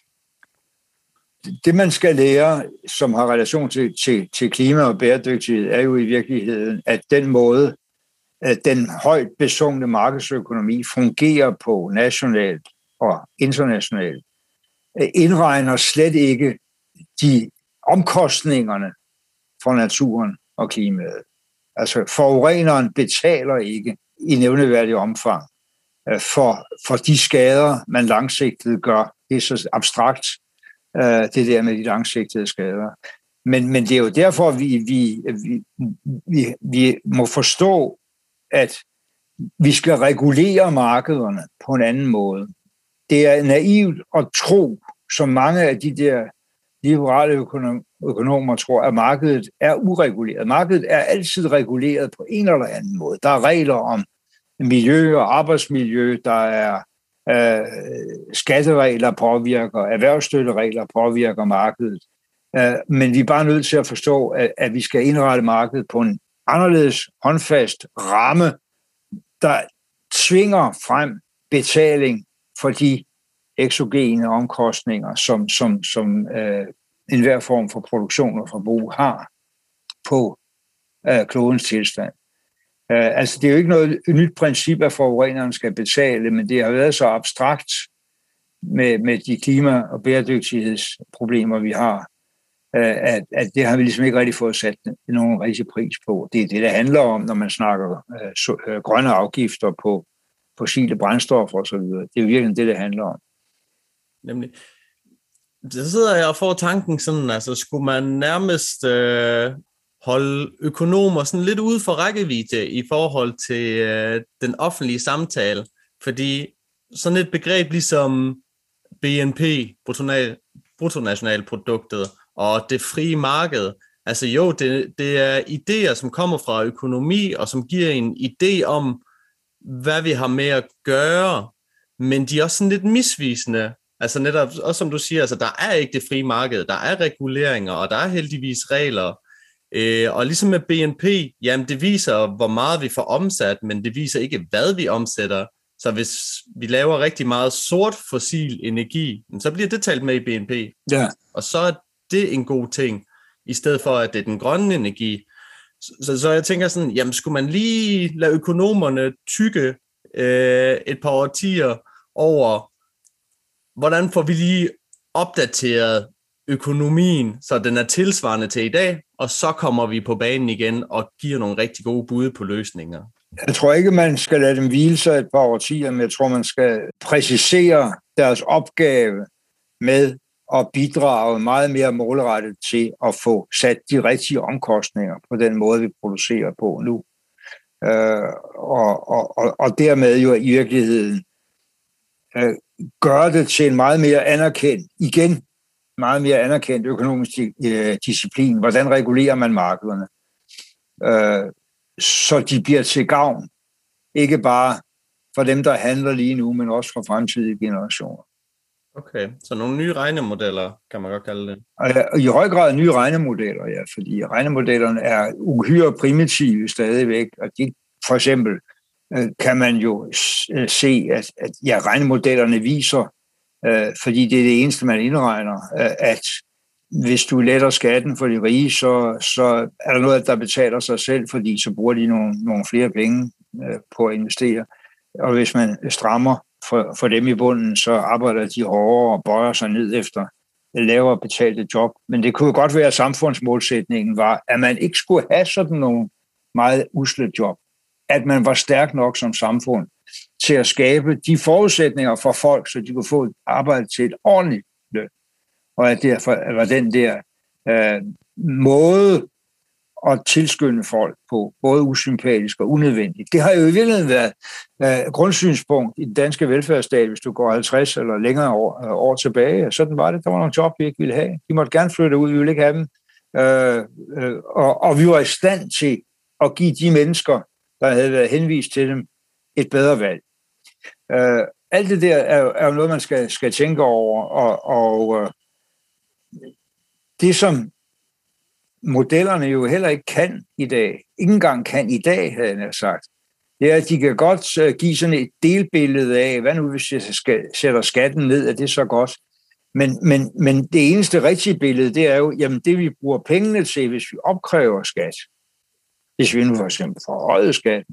Det, man skal lære, som har relation til, til, til klima og bæredygtighed, er jo i virkeligheden, at den måde, at den højt besungne markedsøkonomi fungerer på nationalt og internationalt, indregner slet ikke de omkostningerne for naturen og klimaet. Altså forureneren betaler ikke i nævneværdig omfang for, for de skader, man langsigtet gør. Det er så abstrakt, det der med de langsigtede skader. Men, men det er jo derfor, vi, vi, vi, vi, vi må forstå, at vi skal regulere markederne på en anden måde. Det er naivt at tro, som mange af de der liberale økonomer tror, at markedet er ureguleret. Markedet er altid reguleret på en eller anden måde. Der er regler om miljø og arbejdsmiljø, der er øh, skatteregler påvirker, erhvervsstøtteregler påvirker markedet. Øh, men vi er bare nødt til at forstå, at, at vi skal indrette markedet på en anderledes håndfast ramme, der tvinger frem betaling for de eksogene omkostninger, som, som, som øh, enhver form for produktion og forbrug har på øh, klodens tilstand. Øh, altså, det er jo ikke noget nyt princip, at forureneren skal betale, men det har været så abstrakt med, med de klima- og bæredygtighedsproblemer, vi har, øh, at, at det har vi ligesom ikke rigtig fået sat nogen rigtig pris på. Det er det, det handler om, når man snakker øh, så, øh, grønne afgifter på fossile brændstoffer osv. Det er jo virkelig det, det handler om. Nemlig. Så sidder jeg og får tanken sådan, altså skulle man nærmest øh, holde økonomer sådan lidt ude for rækkevidde i forhold til øh, den offentlige samtale, fordi sådan et begreb ligesom B N P, bruttonationalproduktet, og det frie marked. Altså jo, det, det er idéer, som kommer fra økonomi, og som giver en idé om, hvad vi har med at gøre, men de er også sådan lidt misvisende. Altså netop, også som du siger, altså, der er ikke det frie marked, der er reguleringer, og der er heldigvis regler. Øh, og ligesom med B N P, jamen det viser, hvor meget vi får omsat, men det viser ikke, hvad vi omsætter. Så hvis vi laver rigtig meget sort fossil energi, så bliver det talt med i B N P. Ja. Og så er det en god ting, i stedet for, at det er den grønne energi. Så, så, så jeg tænker sådan, jamen skulle man lige lade økonomerne tykke øh, et par årtier over, hvordan får vi lige opdateret økonomien, så den er tilsvarende til i dag, og så kommer vi på banen igen og giver nogle rigtig gode bud på løsninger. Jeg tror ikke, man skal lade dem hvile sig et par årtier, men jeg tror, man skal præcisere deres opgave med at bidrage meget mere målrettet til at få sat de rigtige omkostninger på den måde, vi producerer på nu. Øh, og, og, og, og dermed jo i virkeligheden øh, gøre det til en meget mere anerkendt, igen, meget mere anerkendt økonomisk øh, disciplin. Hvordan regulerer man markederne? Øh, så de bliver til gavn. Ikke bare for dem, der handler lige nu, men også for fremtidige generationer. Okay, så nogle nye regnemodeller, kan man godt kalde det. Og i høj grad nye regnemodeller, ja, fordi regnemodellerne er uhyre primitive stadigvæk, og de, for eksempel kan man jo se, at, at ja, regnemodellerne viser, øh, fordi det er det eneste, man indregner, at hvis du letter skatten for de rige, så, så er der noget, der betaler sig selv, fordi så bruger de nogle, nogle flere penge øh, på at investere. Og hvis man strammer for, for dem i bunden, så arbejder de hårdere og bøjer sig ned efter lavere betalte job. Men det kunne godt være, at samfundsmålsætningen var, at man ikke skulle have sådan nogle meget usle job. At man var stærk nok som samfund til at skabe de forudsætninger for folk, så de kunne få et arbejde til et ordentligt løn. Og at derfor var den der øh, måde at tilskynde folk på, både usympatisk og unødvendigt. Det har jo i virkeligheden været øh, grundsynspunkt i den danske velfærdsstat, hvis du går halvtreds eller længere år, øh, år tilbage. Sådan var det. Der var nogle job, vi ikke ville have. De måtte gerne flytte ud, vi ville ikke have dem. Øh, øh, og, og vi var i stand til at give de mennesker, der havde været henvist til dem, et bedre valg. Øh, alt det der er, er jo noget, man skal, skal tænke over, og, og øh, det som modellerne jo heller ikke kan i dag, ikke engang kan i dag, havde jeg sagt, det er, at de kan godt give sådan et delbillede af, hvad nu hvis jeg skal, sætter skatten ned, er det så godt. Men, men, men det eneste rigtige billede, det er jo, jamen det vi bruger pengene til, hvis vi opkræver skat, hvis vi nu for eksempel forhøjer skatten,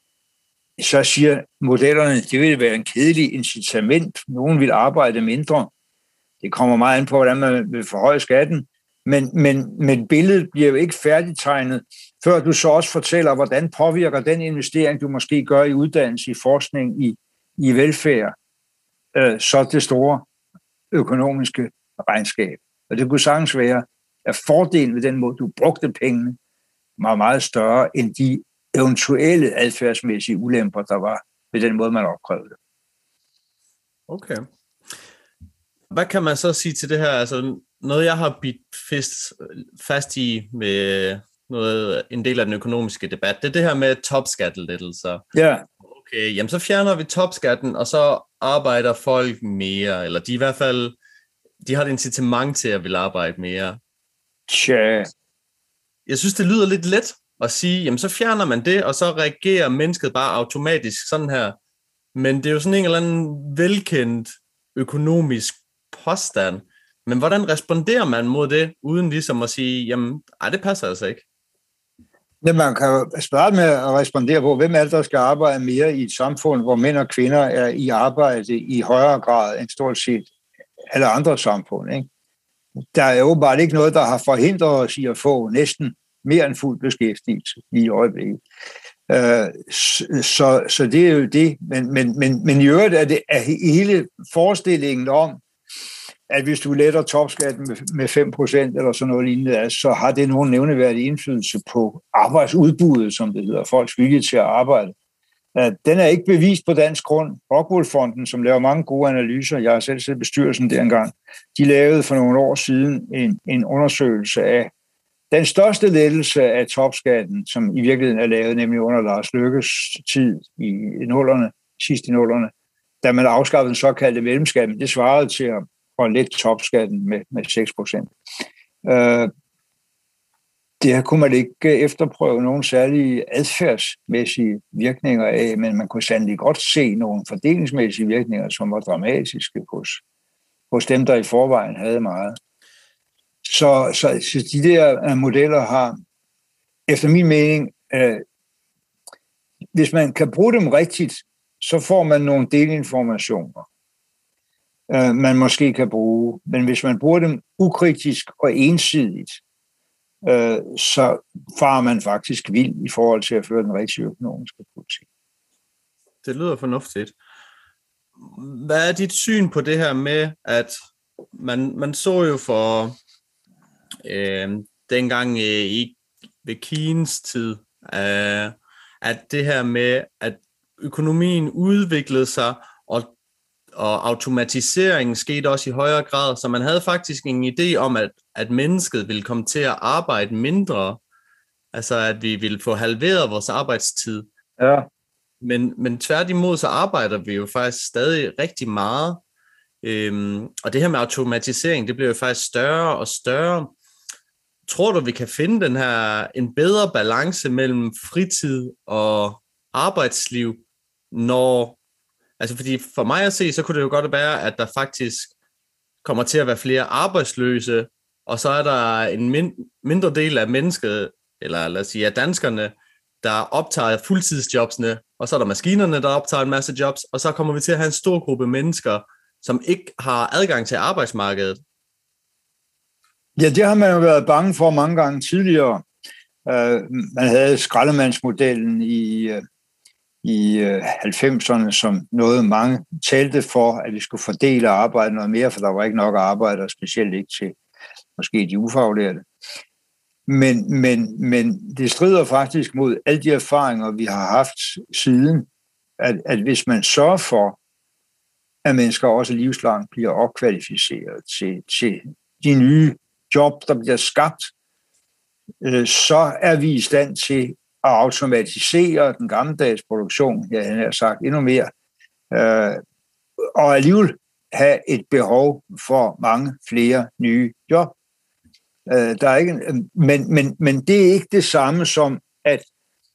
så siger modellerne, det vil være en kedelig incitament. Nogen vil arbejde mindre. Det kommer meget an på, hvordan man vil forhøje skatten. Men, men, men billedet bliver jo ikke færdigtegnet, før du så også fortæller, hvordan påvirker den investering, du måske gør i uddannelse, i forskning, i, i velfærd, øh, så det store økonomiske regnskab. Og det kunne sagtens være, at fordelen ved den måde, du brugte pengene, var meget større end de eventuelle adfærdsmæssige ulemper, der var ved den måde, man opkrævede det. Okay. Hvad kan man så sige til det her? Altså, noget, jeg har bidt fast i med noget, en del af den økonomiske debat, det er det her med topskattelettelser. Ja. Okay, jamen så fjerner vi topskatten, og så arbejder folk mere, eller de i hvert fald, de har et incitament til at ville arbejde mere. Tja. Jeg synes, det lyder lidt let at sige, jamen så fjerner man det, og så reagerer mennesket bare automatisk sådan her. Men det er jo sådan en eller anden velkendt økonomisk påstand. Men hvordan responderer man mod det, uden ligesom at sige, jamen, ej, det passer altså ikke? Ja, man kan jo starte med at respondere på, hvem er det, der skal arbejde mere i et samfund, hvor mænd og kvinder er i arbejde i højere grad end stort set alle andre samfund. Ikke? Der er jo bare ikke noget, der har forhindret os i at få næsten mere end fuld beskæftigelse i øjeblikket. Så, så det er jo det. Men, men, men, men i øvrigt er det er hele forestillingen om, at hvis du letter topskatten med fem procent eller sådan noget lignende, så har det nogen nævneværdig indflydelse på arbejdsudbuddet, som det hedder, folks vilje til at arbejde. Uh, den er ikke bevist på dansk grund. Rockwool-fonden, som laver mange gode analyser, jeg har selv siddet i bestyrelsen der engang, de lavede for nogle år siden en, en undersøgelse af den største lettelse af topskatten, som i virkeligheden er lavet, nemlig under Lars Løkkes tid i nullerne, sidst i nullerne, da man afskaffede den såkaldte mellemskatten. Det svarede til at, at lette topskatten med, med seks procent. Uh, Det kunne man ikke efterprøve nogle særlige adfærdsmæssige virkninger af, men man kunne sandelig godt se nogle fordelingsmæssige virkninger, som var dramatiske hos, hos dem, der i forvejen havde meget. Så, så, så de der modeller har, efter min mening, øh, hvis man kan bruge dem rigtigt, så får man nogle delinformationer, øh, man måske kan bruge. Men hvis man bruger dem ukritisk og ensidigt, så farer man faktisk vild i forhold til at føre den rigtige økonomiske politik. Det lyder fornuftigt. Hvad er dit syn på det her med, at man, man så jo for øh, dengang øh, i ved Keynes tid, øh, at det her med, at økonomien udviklede sig, og og automatiseringen skete også i højere grad, så man havde faktisk en idé om, at, at mennesket ville komme til at arbejde mindre, altså at vi ville få halveret vores arbejdstid. Ja. Men, men tværtimod, så arbejder vi jo faktisk stadig rigtig meget, øhm, og det her med automatisering, det bliver jo faktisk større og større. Tror du, vi kan finde den her, en bedre balance mellem fritid og arbejdsliv, når Altså fordi for mig at se, så kunne det jo godt være, at der faktisk kommer til at være flere arbejdsløse, og så er der en mind- mindre del af mennesket, eller lad os sige af danskerne, der optager fuldtidsjobsene, og så er der maskinerne, der optager en masse jobs, og så kommer vi til at have en stor gruppe mennesker, som ikke har adgang til arbejdsmarkedet. Ja, det har man jo været bange for mange gange tidligere. Uh, man havde skraldemandsmodellen i... Uh i halvfemserne, som noget mange talte for, at vi skulle fordele arbejde noget mere, for der var ikke nok arbejde, og specielt ikke til måske de ufaglærte. Men, men, men det strider faktisk mod alle de erfaringer, vi har haft siden, at, at hvis man sørger for, at mennesker også livslangt bliver opkvalificeret til, til de nye job, der bliver skabt, så er vi i stand til at automatisere den gammeldags produktion, jeg har sagt endnu mere, øh, og alligevel have et behov for mange flere nye job. Øh, der er ikke, men, men, men det er ikke det samme som, at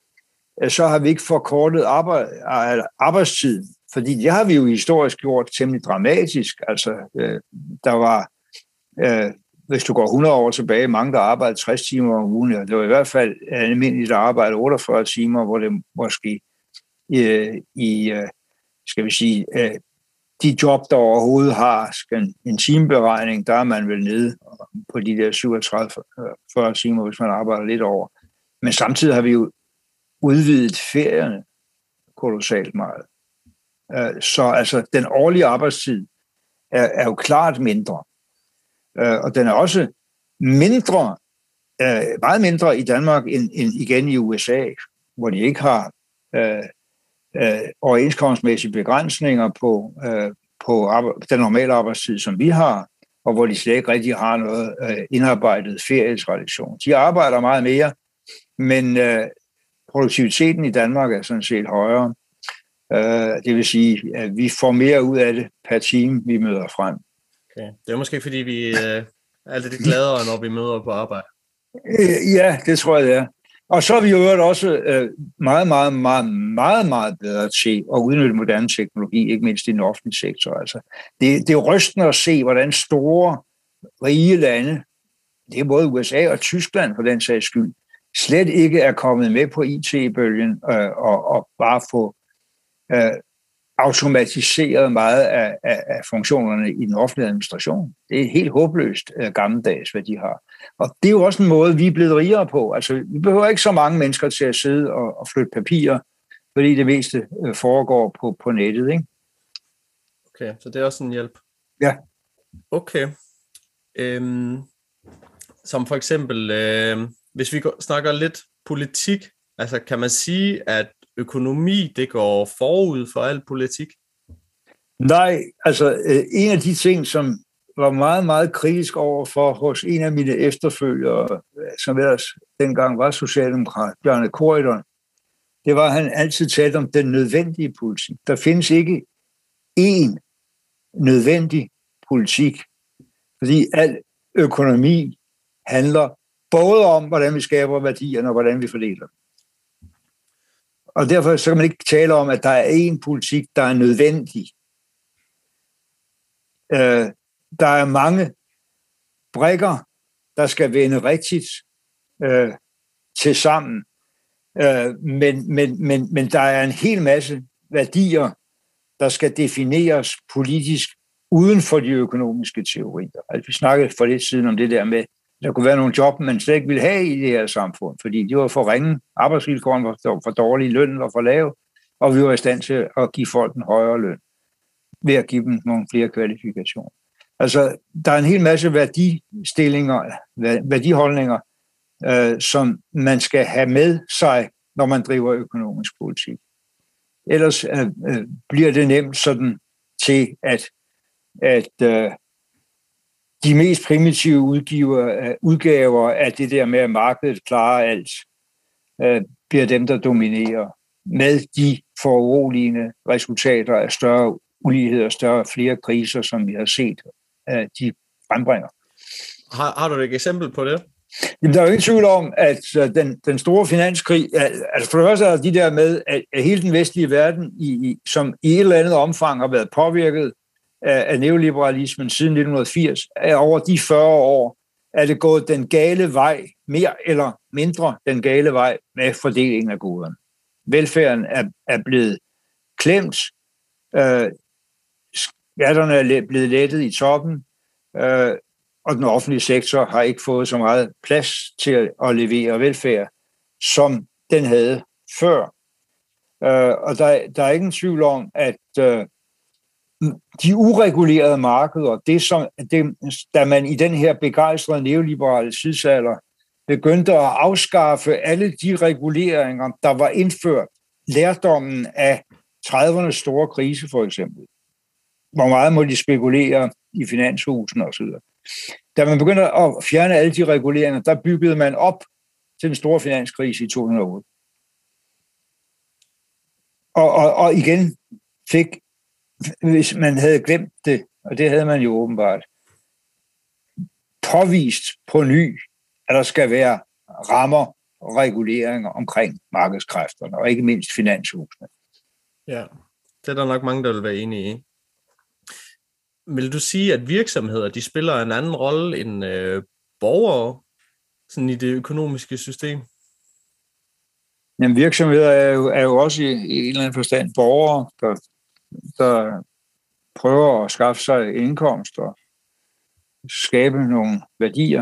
så har vi ikke forkortet arbejde, arbejdstiden, fordi det har vi jo historisk gjort temmelig dramatisk. Altså, øh, der var... Øh, Hvis du går hundrede år tilbage, mange der arbejdede tres timer om ugen, og det var i hvert fald almindeligt at arbejde otteogfyrre timer, hvor det måske øh, i, øh, skal vi sige, øh, de job, der overhovedet har en, en timeberegning, der er man vel nede på de der syvogtredive til fyrre timer, hvis man arbejder lidt over. Men samtidig har vi jo udvidet ferierne kolossalt meget. Øh, så altså, den årlige arbejdstid er, er jo klart mindre. Uh, og den er også mindre, uh, meget mindre i Danmark end, end igen i U S A, hvor de ikke har uh, uh, overenskomstmæssige begrænsninger på, uh, på arbe- den normale arbejdstid, som vi har, og hvor de slet ikke rigtig har noget uh, indarbejdet ferietradition. De arbejder meget mere, men uh, produktiviteten i Danmark er sådan set højere. Uh, det vil sige, at vi får mere ud af det per time, vi møder frem. Okay. Det er måske, fordi vi øh, er lidt gladere, når vi møder på arbejde. Ja, det tror jeg, det er. Og så er vi jo også øh, meget, meget, meget, meget, meget bedre til at udnytte moderne teknologi, ikke mindst i den offentlige sektor. Altså, det, det er rystende at se, hvordan store, rige lande, det er både U S A og Tyskland for den sags skyld, slet ikke er kommet med på I T-bølgen øh, og, og bare få øh, automatiseret meget af, af, af funktionerne i den offentlige administration. Det er helt håbløst uh, gammeldags, hvad de har. Og det er jo også en måde, vi er blevet rigere på. Altså, vi behøver ikke så mange mennesker til at sidde og, og flytte papirer, fordi det meste uh, foregår på, på nettet, ikke? Okay, så det er også en hjælp. Ja. Okay. Øhm, som for eksempel, øh, hvis vi går, snakker lidt politik, altså kan man sige, at økonomi, det går forud for al politik? Nej, altså øh, en af de ting, som var meget, meget kritisk overfor hos en af mine efterfølgere, som ellers dengang var socialdemokrat, Bjarne Corydon, det var, at han altid talte om den nødvendige politik. Der findes ikke én nødvendig politik, fordi al økonomi handler både om, hvordan vi skaber værdierne og hvordan vi fordeler. Og derfor så kan man ikke tale om, at der er én politik, der er nødvendig. Øh, der er mange brikker, der skal vende rigtigt øh, til sammen. Øh, men, men, men, men der er en hel masse værdier, der skal defineres politisk uden for de økonomiske teorier. Altså, vi snakkede for lidt siden om det der med, der kunne være nogle job, man slet ikke ville have i det her samfund, fordi de var for ringe, arbejdsvilkårene var for dårlige, lønnen var for lav, og vi var i stand til at give folk en højere løn ved at give dem nogle flere kvalifikationer. Altså, der er en hel masse værdistillinger, værdiholdninger, øh, som man skal have med sig, når man driver økonomisk politik. Ellers øh, øh, bliver det nemt sådan til, at, at øh, de mest primitive udgiver, øh, udgaver af det der med, at markedet klarer alt, øh, bliver dem, der dominerer, med de foruroligende resultater af større ulighed og større flere kriser, som vi har set, øh, de frembringer. Har, har du et eksempel på det? Jamen, der er jo ingen tvivl om, at den, den store finanskrig, altså for det første er de der med, at hele den vestlige verden, i, i, som i et eller andet omfang har været påvirket af, af neoliberalismen siden nitten firs, er over de fyrre år, er det gået den gale vej, mere eller mindre den gale vej med fordelingen af goderne. Velfærden er, er blevet klemt, øh, skatterne er blevet lettet i toppen, øh, og den offentlige sektor har ikke fået så meget plads til at levere velfærd, som den havde før. Og der, der er ingen tvivl om, at de uregulerede markeder, det som, det, da man i den her begejstrede neoliberale tidsalder begyndte at afskaffe alle de reguleringer, der var indført, lærdommen af tredivernes store krise for eksempel. Hvor meget må de spekulere i finanshusene osv. Da man begyndte at fjerne alle de reguleringer, der byggede man op til den store finanskrise i to tusind og otte. Og, og, og igen fik, hvis man havde glemt det, og det havde man jo åbenbart, påvist på ny, at der skal være rammer og reguleringer omkring markedskræfterne, og ikke mindst finanshusene. Ja, det er der nok mange, der vil være enige i. Vil du sige, at virksomheder, de spiller en anden rolle end øh, borgere sådan i det økonomiske system? Jamen, virksomheder er jo, er jo også i, i en eller anden forstand borgere, der, der prøver at skaffe sig indkomst og skabe nogle værdier.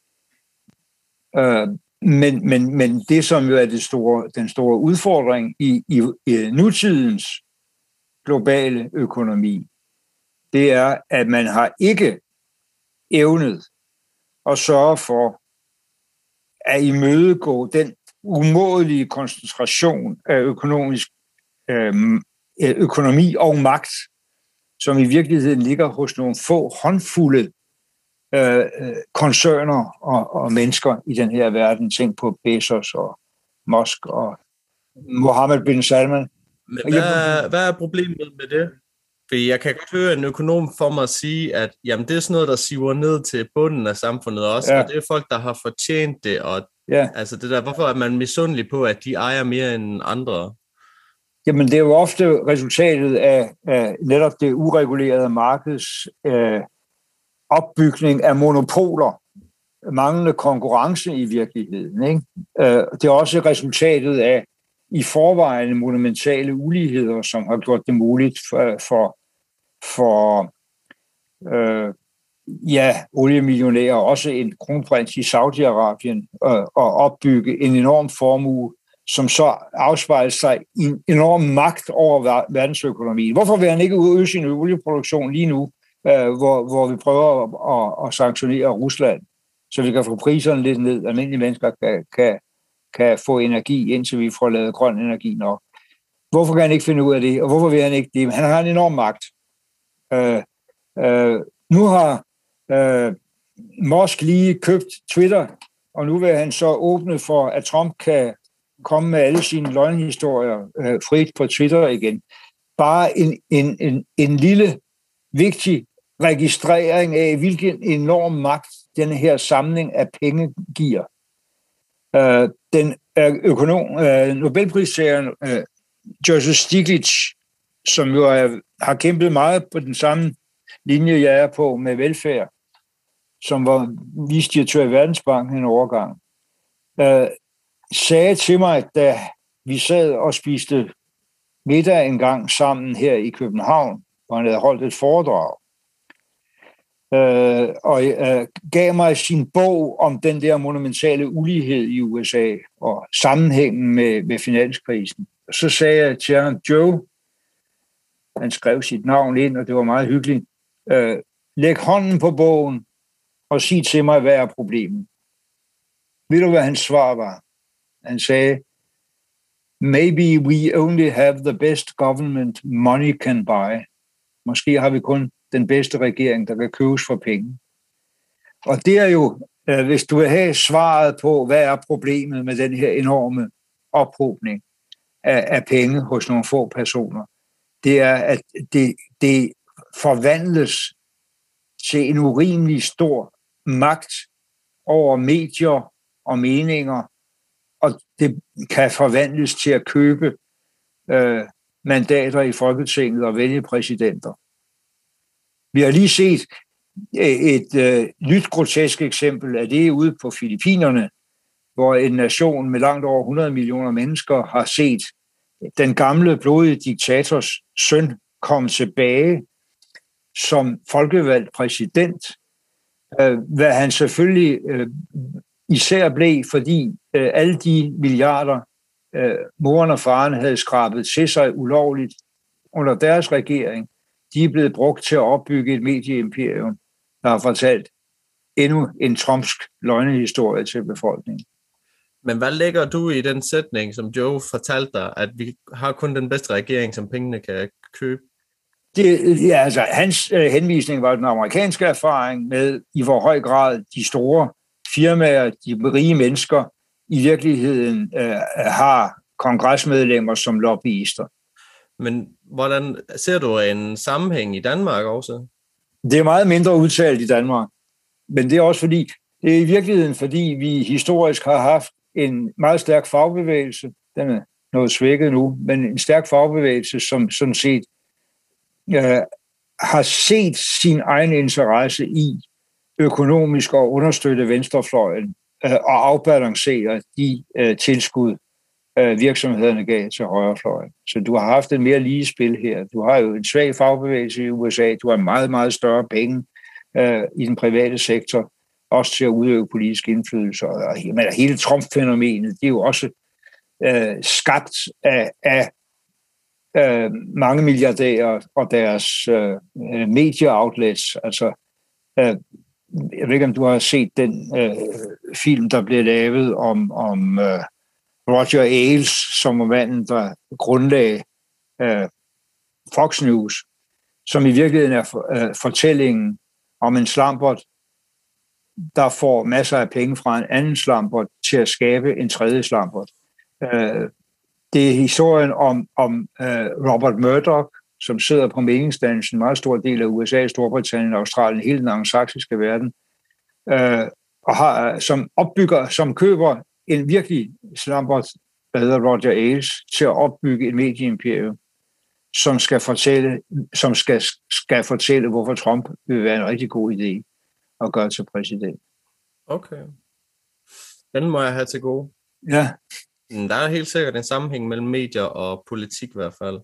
Øh, men, men, men det, som jo er det store, den store udfordring i, i, i nutidens globale økonomi, det er, at man har ikke evnet at sørge for at imødegå den umådelige koncentration af økonomisk, øh, økonomi og magt, som i virkeligheden ligger hos nogle få håndfulde øh, koncerner og, og mennesker i den her verden. Tænk på Bezos og Musk og Mohammed bin Salman. Men hvad, er, hvad er problemet med det? For jeg kan godt høre en økonom for mig at sige, at jamen, det er sådan noget, der siver ned til bunden af samfundet også, ja. Og det er folk, der har fortjent det, og ja. Altså det der, hvorfor er man misundelig på, at de ejer mere end andre? Jamen, det er jo ofte resultatet af, af netop det uregulerede markeds øh, opbygning af monopoler, manglende konkurrence i virkeligheden, ikke? Øh, det er også resultatet af i forvejen monumentale uligheder, som har gjort det muligt for, for, for øh, ja, oliemillionærer, også en kronprins i Saudi-Arabien, øh, at opbygge en enorm formue, som så afspejler sig i en enorm magt over verdensøkonomien. Hvorfor vil han ikke øge sin olieproduktion lige nu, øh, hvor, hvor vi prøver at, at, at sanktionere Rusland, så vi kan få priserne lidt ned, almindelige mennesker kan, kan kan få energi, indtil vi får lavet grøn energi nok. Hvorfor kan han ikke finde ud af det, og hvorfor vil han ikke det? Han har en enorm magt. Øh, øh, nu har øh, Musk lige købt Twitter, og nu vil han så åbne for, at Trump kan komme med alle sine løgnhistorier øh, frit på Twitter igen. Bare en, en, en, en lille, vigtig registrering af, hvilken enorm magt denne her samling af penge giver. Øh, den økonom, øh, Nobelpristageren øh, Joseph Stiglitz, som jo er, har kæmpet meget på den samme linje, jeg er på med velfærd, som var vicedirektør i Verdensbanken en overgang, øh, sagde til mig, da vi sad og spiste middag en gang sammen her i København, hvor han havde holdt et foredrag, øh, og øh, gav mig sin bog om den der monumentale ulighed i U S A og sammenhængen med, med finanskrisen. Så sagde jeg til ham, Joe, han skrev sit navn ind, og det var meget hyggeligt, øh, læg hånden på bogen og sig til mig, hvad er problemet? Ved du, hvad hans svar var? Han sagde, maybe we only have the best government money can buy. Måske har vi kun den bedste regering, der kan købes for penge. Og det er jo, øh, hvis du vil have svaret på, hvad er problemet med den her enorme ophobning af, af penge hos nogle få personer, det er, at det, det forvandles til en urimelig stor magt over medier og meninger, og det kan forvandles til at købe øh, mandater i Folketinget og vælge præsidenter. Vi har lige set et øh, nyt grotesk eksempel af det ude på Filippinerne, hvor en nation med langt over hundrede millioner mennesker har set den gamle blodige diktators søn komme tilbage som folkevalgt præsident, øh, hvad han selvfølgelig øh, især blev, fordi øh, alle de milliarder, øh, moren og faren havde skrabet til sig ulovligt under deres regering, de er blevet brugt til at opbygge et medieimperium, der har fortalt endnu en trumpsk løgnehistorie til befolkningen. Men hvad lægger du i den sætning, som Joe fortalte dig, at vi har kun den bedste regering, som pengene kan købe? Det, ja, altså, hans øh, henvisning var den amerikanske erfaring med, i hvor høj grad de store firmaer, de rige mennesker, i virkeligheden øh, har kongresmedlemmer som lobbyister. Men hvordan ser du en sammenhæng i Danmark også? Det er meget mindre udtalt i Danmark, men det er også fordi, det er i virkeligheden fordi, vi historisk har haft en meget stærk fagbevægelse, den er noget svækket nu, men en stærk fagbevægelse, som sådan set øh, har set sin egen interesse i økonomisk at understøtte venstrefløjen øh, og afbalancere de øh, tilskud, øh, virksomhederne gav til højrefløjen. Så du har haft et mere lige spil her. Du har jo en svag fagbevægelse i U S A, du har meget, meget større penge øh, i den private sektor, også til at udøve politisk indflydelse. Og hele Trump-fænomenet, det er jo også øh, skabt af, af øh, mange milliardærer og deres øh, medieoutlets. Altså, øh, jeg ved ikke, om du har set den øh, film, der blev lavet om, om øh, Roger Ailes, som var manden, der grundlagde øh, Fox News, som i virkeligheden er for, øh, fortællingen om en slampert, der får masser af penge fra en anden slampert til at skabe en tredje slampert. Øh, det er historien om, om øh, Robert Murdoch, som sidder på meningsdannelsen, en meget stor del af U S A, Storbritannien, Australien, hele den angelsaksiske verden, øh, og har, som opbygger, som køber en virkelig slampert, der hedder Roger Ailes, til at opbygge et medieimperium, som skal fortælle, som skal, skal fortælle, hvorfor Trump vil være en rigtig god idé at gøre til præsident. Okay. Den må jeg have til gode. Ja. Der er helt sikkert en sammenhæng mellem medier og politik i hvert fald.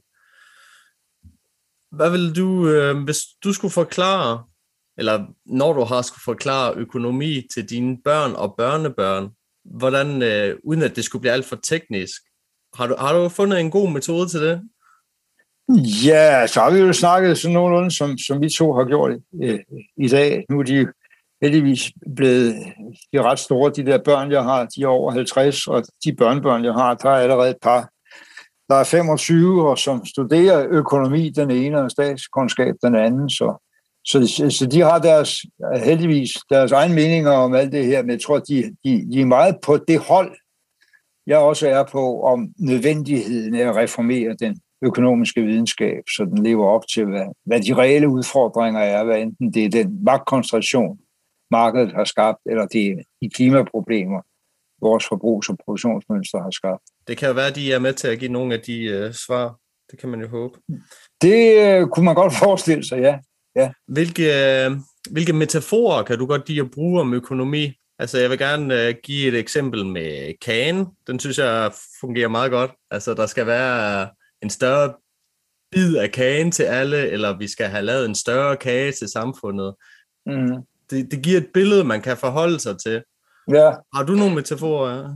Hvad vil du, øh, hvis du skulle forklare, eller når du har skulle forklare økonomi til dine børn og børnebørn, hvordan, øh, uden at det skulle blive alt for teknisk, har du, har du fundet en god metode til det? Ja, så har vi jo snakket sådan nogenlunde, som, som vi to har gjort øh, i dag. Nu er de heldigvis blevet de er ret store, de der børn, jeg har, de er over halvtreds, og de børnebørn, jeg har, der er allerede et par, der er femogtyve, som studerer økonomi den ene og statskundskab den anden, så, så, så de har deres, heldigvis deres egen meninger om alt det her, men jeg tror, de, de, de er meget på det hold, jeg også er på, om nødvendigheden af at reformere den økonomiske videnskab, så den lever op til, hvad, hvad de reelle udfordringer er, hvad enten det er den magtkoncentration, markedet har skabt, eller det er de klimaproblemer, vores forbrugs- og produktionsmønster har skabt. Det kan jo være, at de er med til at give nogle af de uh, svar. Det kan man jo håbe. Det uh, kunne man godt forestille sig, ja. ja. Hvilke, uh, hvilke metaforer kan du godt lide at bruge om økonomi? Altså, jeg vil gerne uh, give et eksempel med kagen. Den synes jeg fungerer meget godt. Altså, der skal være en større bid af kagen til alle, eller vi skal have lavet en større kage til samfundet. Mm. Det, det giver et billede, man kan forholde sig til. Ja. Har du nogle metaforer?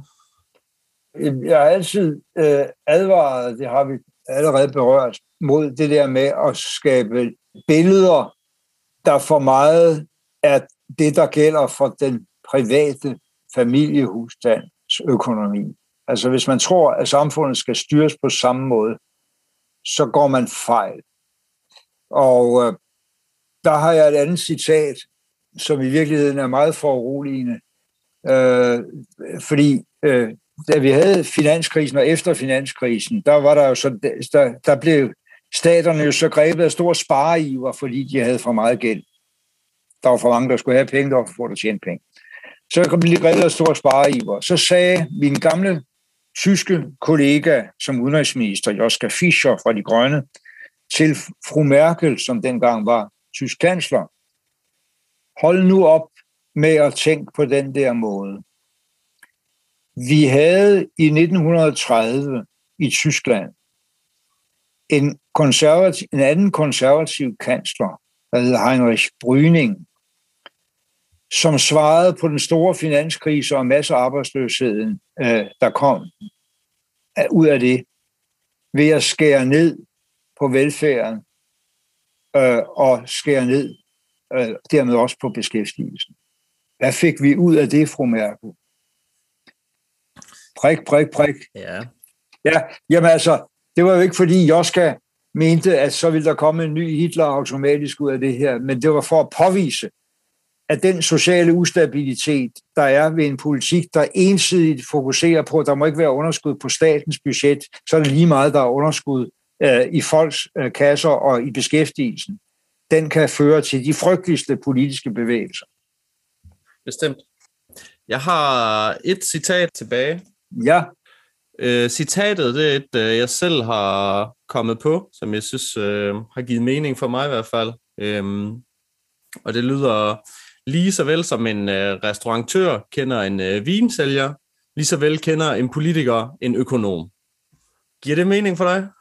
Jeg har altid øh, advaret, det har vi allerede berørt, mod det der med at skabe billeder, der for meget er det, der gælder for den private familiehusstands økonomi. Altså hvis man tror, at samfundet skal styres på samme måde, så går man fejl. Og øh, der har jeg et andet citat, som i virkeligheden er meget foruroligende. Øh, fordi øh, da vi havde finanskrisen og efter finanskrisen, der var der jo så, der, der blev staterne jo så grebet af stor spareiver, fordi de havde for meget gæld. Der var for mange, der skulle have penge, der var for få, der tjente penge. Så blev de grebet af stor spareiver. Så sagde min gamle tyske kollega som udenrigsminister, Joschka Fischer fra De Grønne, til fru Merkel, som dengang var tysk kansler: hold nu op med at tænke på den der måde. Vi havde i nitten tredive i Tyskland en, konservativ, en anden konservativ kansler, der hed Heinrich Brüning, som svarede på den store finanskrise og massearbejdsløsheden, øh, der kom ud af det, ved at skære ned på velfærden øh, og skære ned øh, dermed også på beskæftigelsen. Hvad fik vi ud af det, fru Merkel? Prik, prik, prik. Ja. Ja, jamen altså, det var jo ikke fordi Joschka mente, at så ville der komme en ny Hitler automatisk ud af det her, men det var for at påvise, at den sociale ustabilitet, der er ved en politik, der ensidigt fokuserer på, at der må ikke være underskud på statens budget, så er det lige meget, der er underskud øh, i folks øh, kasser og i beskæftigelsen. Den kan føre til de frygteligste politiske bevægelser. Bestemt. Jeg har et citat tilbage. Ja. Øh, citatet, det er et, øh, jeg selv har kommet på, som jeg synes øh, har givet mening for mig i hvert fald. Øhm, og det lyder: lige så vel som en øh, restaurantør kender en øh, vinsælger, lige så vel kender en politiker en økonom. Giver det mening for dig?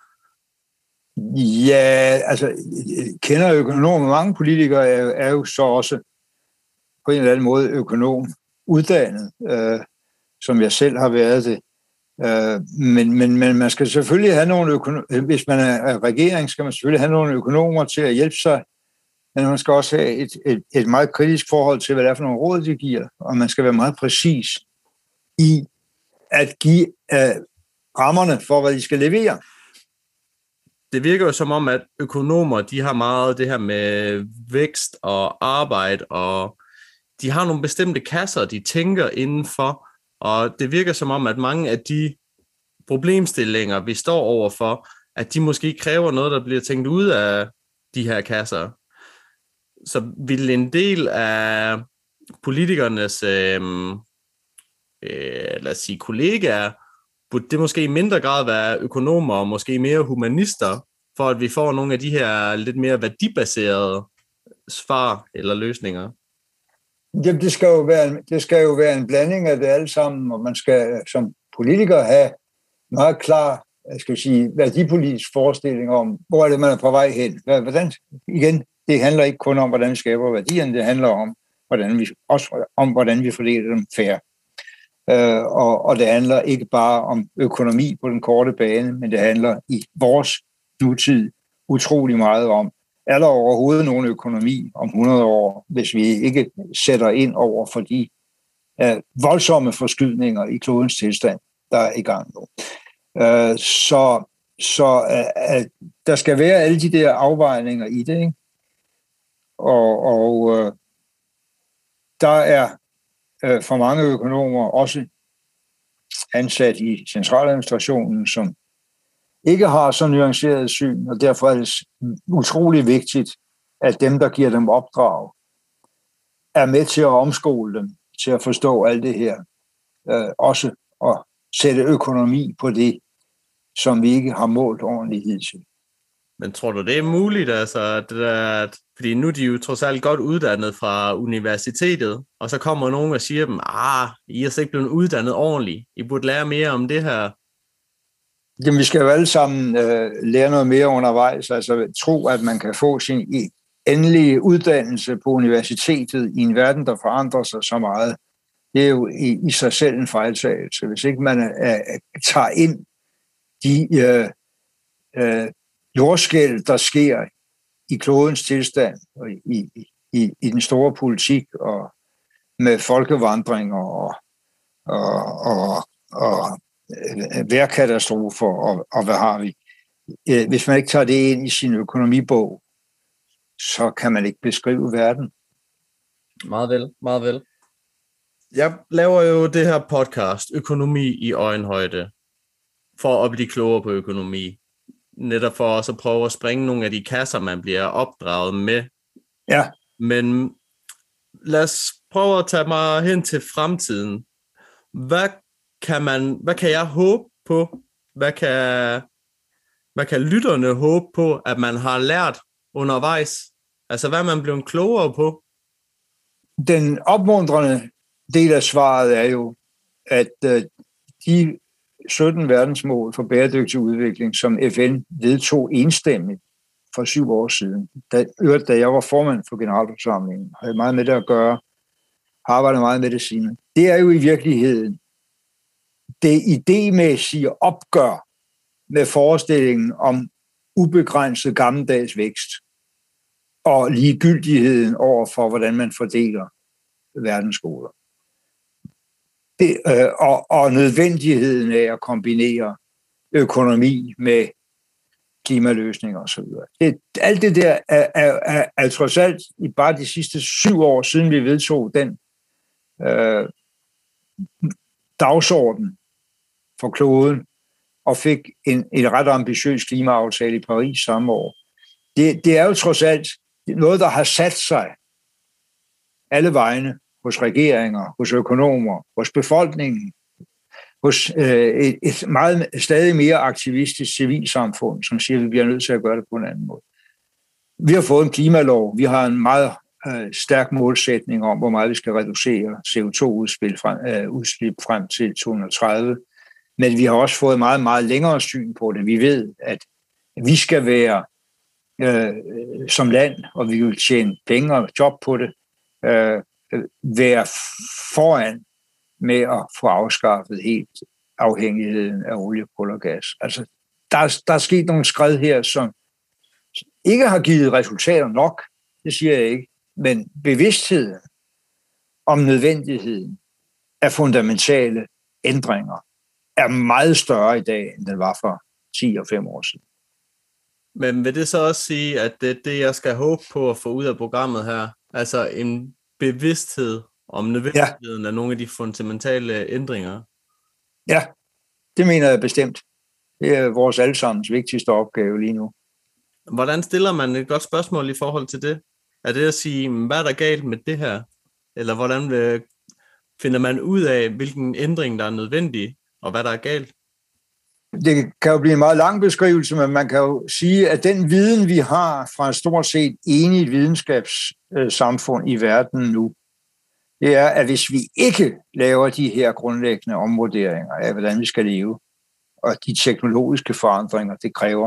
Ja, altså kender økonomer. Mange politikere er, er jo så også på en eller anden måde økonom uddannet, øh, som jeg selv har været det. Øh, men, men, men man skal selvfølgelig have nogle økonomer, hvis man er regering, skal man selvfølgelig have nogle økonomer til at hjælpe sig, men man skal også have et, et, et meget kritisk forhold til, hvad det er for nogle råd, de giver, og man skal være meget præcis i at give øh, rammerne for, hvad de skal levere. Det virker jo som om, at økonomer, de har meget det her med vækst og arbejde, og de har nogle bestemte kasser, de tænker indenfor, og det virker som om, at mange af de problemstillinger, vi står overfor, at de måske kræver noget, der bliver tænkt ud af de her kasser. Så vil en del af politikernes øh, øh, lad os sige, kollegaer, burde det måske i mindre grad være økonomer og måske mere humanister, for at vi får nogle af de her lidt mere værdibaserede svar eller løsninger? Jamen, det skal jo være, det skal jo være en blanding af det alle sammen, og man skal som politiker have meget klar, jeg skal sige, værdipolitisk forestilling om, hvor er det, man er på vej hen. Hvordan, igen, det handler ikke kun om, hvordan vi skaber værdierne, det handler om, hvordan vi, også om, hvordan vi fordeler dem fair. Uh, og, og det handler ikke bare om økonomi på den korte bane, men det handler i vores nutid utrolig meget om, er der overhovedet nogen økonomi om hundrede år, hvis vi ikke sætter ind over for de uh, voldsomme forskydninger i klodens tilstand, der er i gang nu. Uh, så så at der skal være alle de der afvejninger i det, ikke? Og, og øh, der er øh, for mange økonomer også ansat i centraladministrationen, som ikke har så nuanceret syn, og derfor er det utrolig vigtigt, at dem, der giver dem opdrag, er med til at omskole dem, til at forstå alt det her. Øh, også at sætte økonomi på det, som vi ikke har målt ordentligt hidtil. Men tror du, det er muligt? Altså, det der, fordi nu er de jo trods alt godt uddannet fra universitetet, og så kommer nogen og siger dem, ah, I er slet ikke blevet uddannet ordentligt. I burde lære mere om det her. Jamen, vi skal jo alle sammen øh, lære noget mere undervejs. Altså tro, at man kan få sin endelige uddannelse på universitetet i en verden, der forandrer sig så meget. Det er jo i, i sig selv en fejltagelse. Hvis ikke man øh, tager ind de øh, øh, jordskælv, der sker i klodens tilstand, og i, i, i den store politik, og med folkevandringer og, og, og, og vejrkatastrofer, og, og hvad har vi. Hvis man ikke tager det ind i sin økonomibog, så kan man ikke beskrive verden. Meget vel, meget vel. Jeg laver jo det her podcast, Økonomi i øjenhøjde, for at blive klogere på økonomi. Netop for også at prøve at springe nogle af de kasser, man bliver opdraget med. Ja. Men lad os prøve at tage mig hen til fremtiden. Hvad kan man, hvad kan jeg håbe på? Hvad kan, hvad kan lytterne håbe på, at man har lært undervejs? Altså, hvad er man blevet klogere på? Den opmuntrende del af svaret er jo, at øh, de sytten verdensmål for bæredygtig udvikling, som F N vedtog enstemmigt for syv år siden, da, da jeg var formand for generalforsamlingen, havde meget med det at gøre, har arbejdet meget med det siden. Det er jo i virkeligheden det idémæssige opgør med forestillingen om ubegrænset gammeldags vækst og ligegyldigheden over for, hvordan man fordeler verdensgoder. Det, øh, og, og nødvendigheden af at kombinere økonomi med klimaløsninger osv. Det, alt det der er, er, er, er trods alt i bare de sidste syv år siden vi vedtog den øh, dagsorden for kloden og fik en, en ret ambitiøs klimaaftale i Paris samme år. Det, det er jo trods alt noget, der har sat sig alle vegne hos regeringer, hos økonomer, hos befolkningen, hos øh, et, et meget stadig mere aktivistisk civilsamfund, som siger, at vi bliver nødt til at gøre det på en anden måde. Vi har fået en klimalov. Vi har en meget øh, stærk målsætning om, hvor meget vi skal reducere C O to udslip frem, øh, udslip frem til to tusind og tredive. Men vi har også fået meget, meget længere syn på det. Vi ved, at vi skal være øh, som land, og vi vil tjene penge og job på det, øh, være foran med at få afskaffet helt afhængigheden af olie, kul og gas. Altså, der, der er sket nogle skred her, som ikke har givet resultater nok, det siger jeg ikke, men bevidstheden om nødvendigheden af fundamentale ændringer er meget større i dag, end den var for ti og fem år siden. Men vil det så også sige, at det er det, jeg skal håbe på at få ud af programmet her? Altså en bevidsthed om nødvendigheden ja. af nogle af de fundamentale ændringer? Ja, det mener jeg bestemt. Det er vores allesammens vigtigste opgave lige nu. Hvordan stiller man et godt spørgsmål i forhold til det? Er det at sige, hvad er der galt med det her? Eller hvordan finder man ud af, hvilken ændring, der er nødvendig, og hvad der er galt? Det kan jo blive en meget lang beskrivelse, men man kan jo sige, at den viden, vi har fra et stort set enigt videnskabssamfund i verden nu, det er, at hvis vi ikke laver de her grundlæggende omvurderinger af, hvordan vi skal leve, og de teknologiske forandringer, det kræver,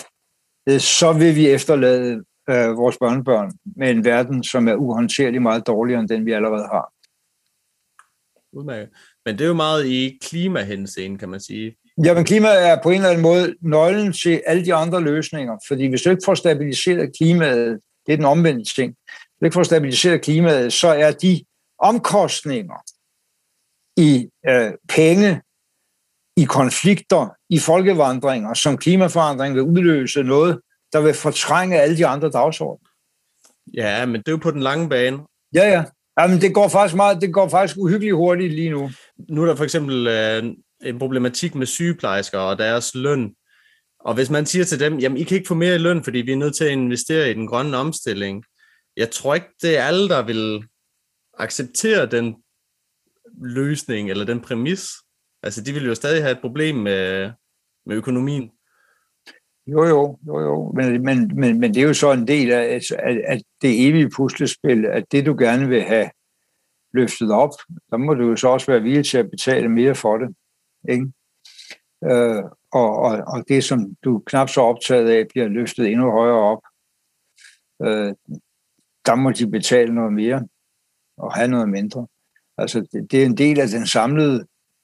så vil vi efterlade øh, vores børnebørn med en verden, som er uhåndterligt meget dårligere end den, vi allerede har. Udmærket. Men det er jo meget i klimahenseende, kan man sige. Ja, men klima er på en eller anden måde nøglen til alle de andre løsninger, fordi hvis du ikke får stabiliseret klimaet, det er den omvendte ting, hvis du ikke får stabiliseret klimaet, så er de omkostninger i øh, penge, i konflikter, i folkevandringer, som klimaforandring vil udløse noget, der vil fortrænge alle de andre dagsordener. Ja, men det er jo på den lange bane. Ja, ja. Jamen, det går faktisk meget, det går faktisk uhyggeligt hurtigt lige nu. Nu er der for eksempel øh, en problematik med sygeplejersker og deres løn. Og hvis man siger til dem, jamen I kan ikke få mere i løn, fordi vi er nødt til at investere i den grønne omstilling. Jeg tror ikke, det er alle, der vil acceptere den løsning eller den præmis. Altså, de vil jo stadig have et problem med, med økonomien. Jo, jo, jo, jo. Men, men, men, men det er jo så en del af, af, af det evige puslespil, at det, du gerne vil have løftet op, der må du jo så også være villig til at betale mere for det. Ikke? Øh, og, og, og det, som du er knap så optaget af, bliver løftet endnu højere op. Øh, der må de betale noget mere og have noget mindre. Altså, det, det er en del af den samlede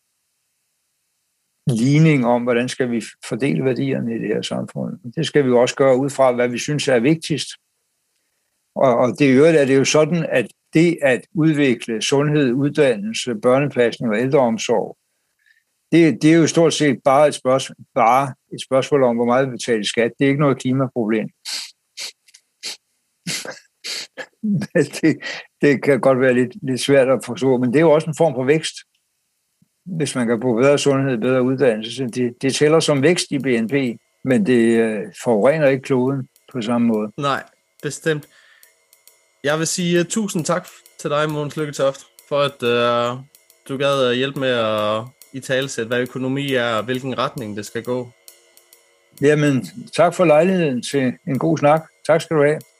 ligning om, hvordan skal vi fordele værdierne i det her samfund. Det skal vi jo også gøre ud fra, hvad vi synes er vigtigst. Og, og det øvrigt er det jo sådan, at det at udvikle sundhed, uddannelse, børnepasning og ældreomsorg, det, det er jo stort set bare et, spørgsmål, bare et spørgsmål om, hvor meget vi betaler i skat. Det er ikke noget klimaproblem. det, det kan godt være lidt, lidt svært at forstå, men det er jo også en form for vækst. Hvis man kan få bedre sundhed, bedre uddannelse. Det, det tæller som vækst i B N P, men det øh, forurener ikke kloden på samme måde. Nej, bestemt. Jeg vil sige uh, tusind tak til dig, Mogens Lykketoft, for at uh, du gad at hjælpe med at italesætte, hvad økonomi er og hvilken retning det skal gå. Jamen, tak for lejligheden til en god snak. Tak skal du have.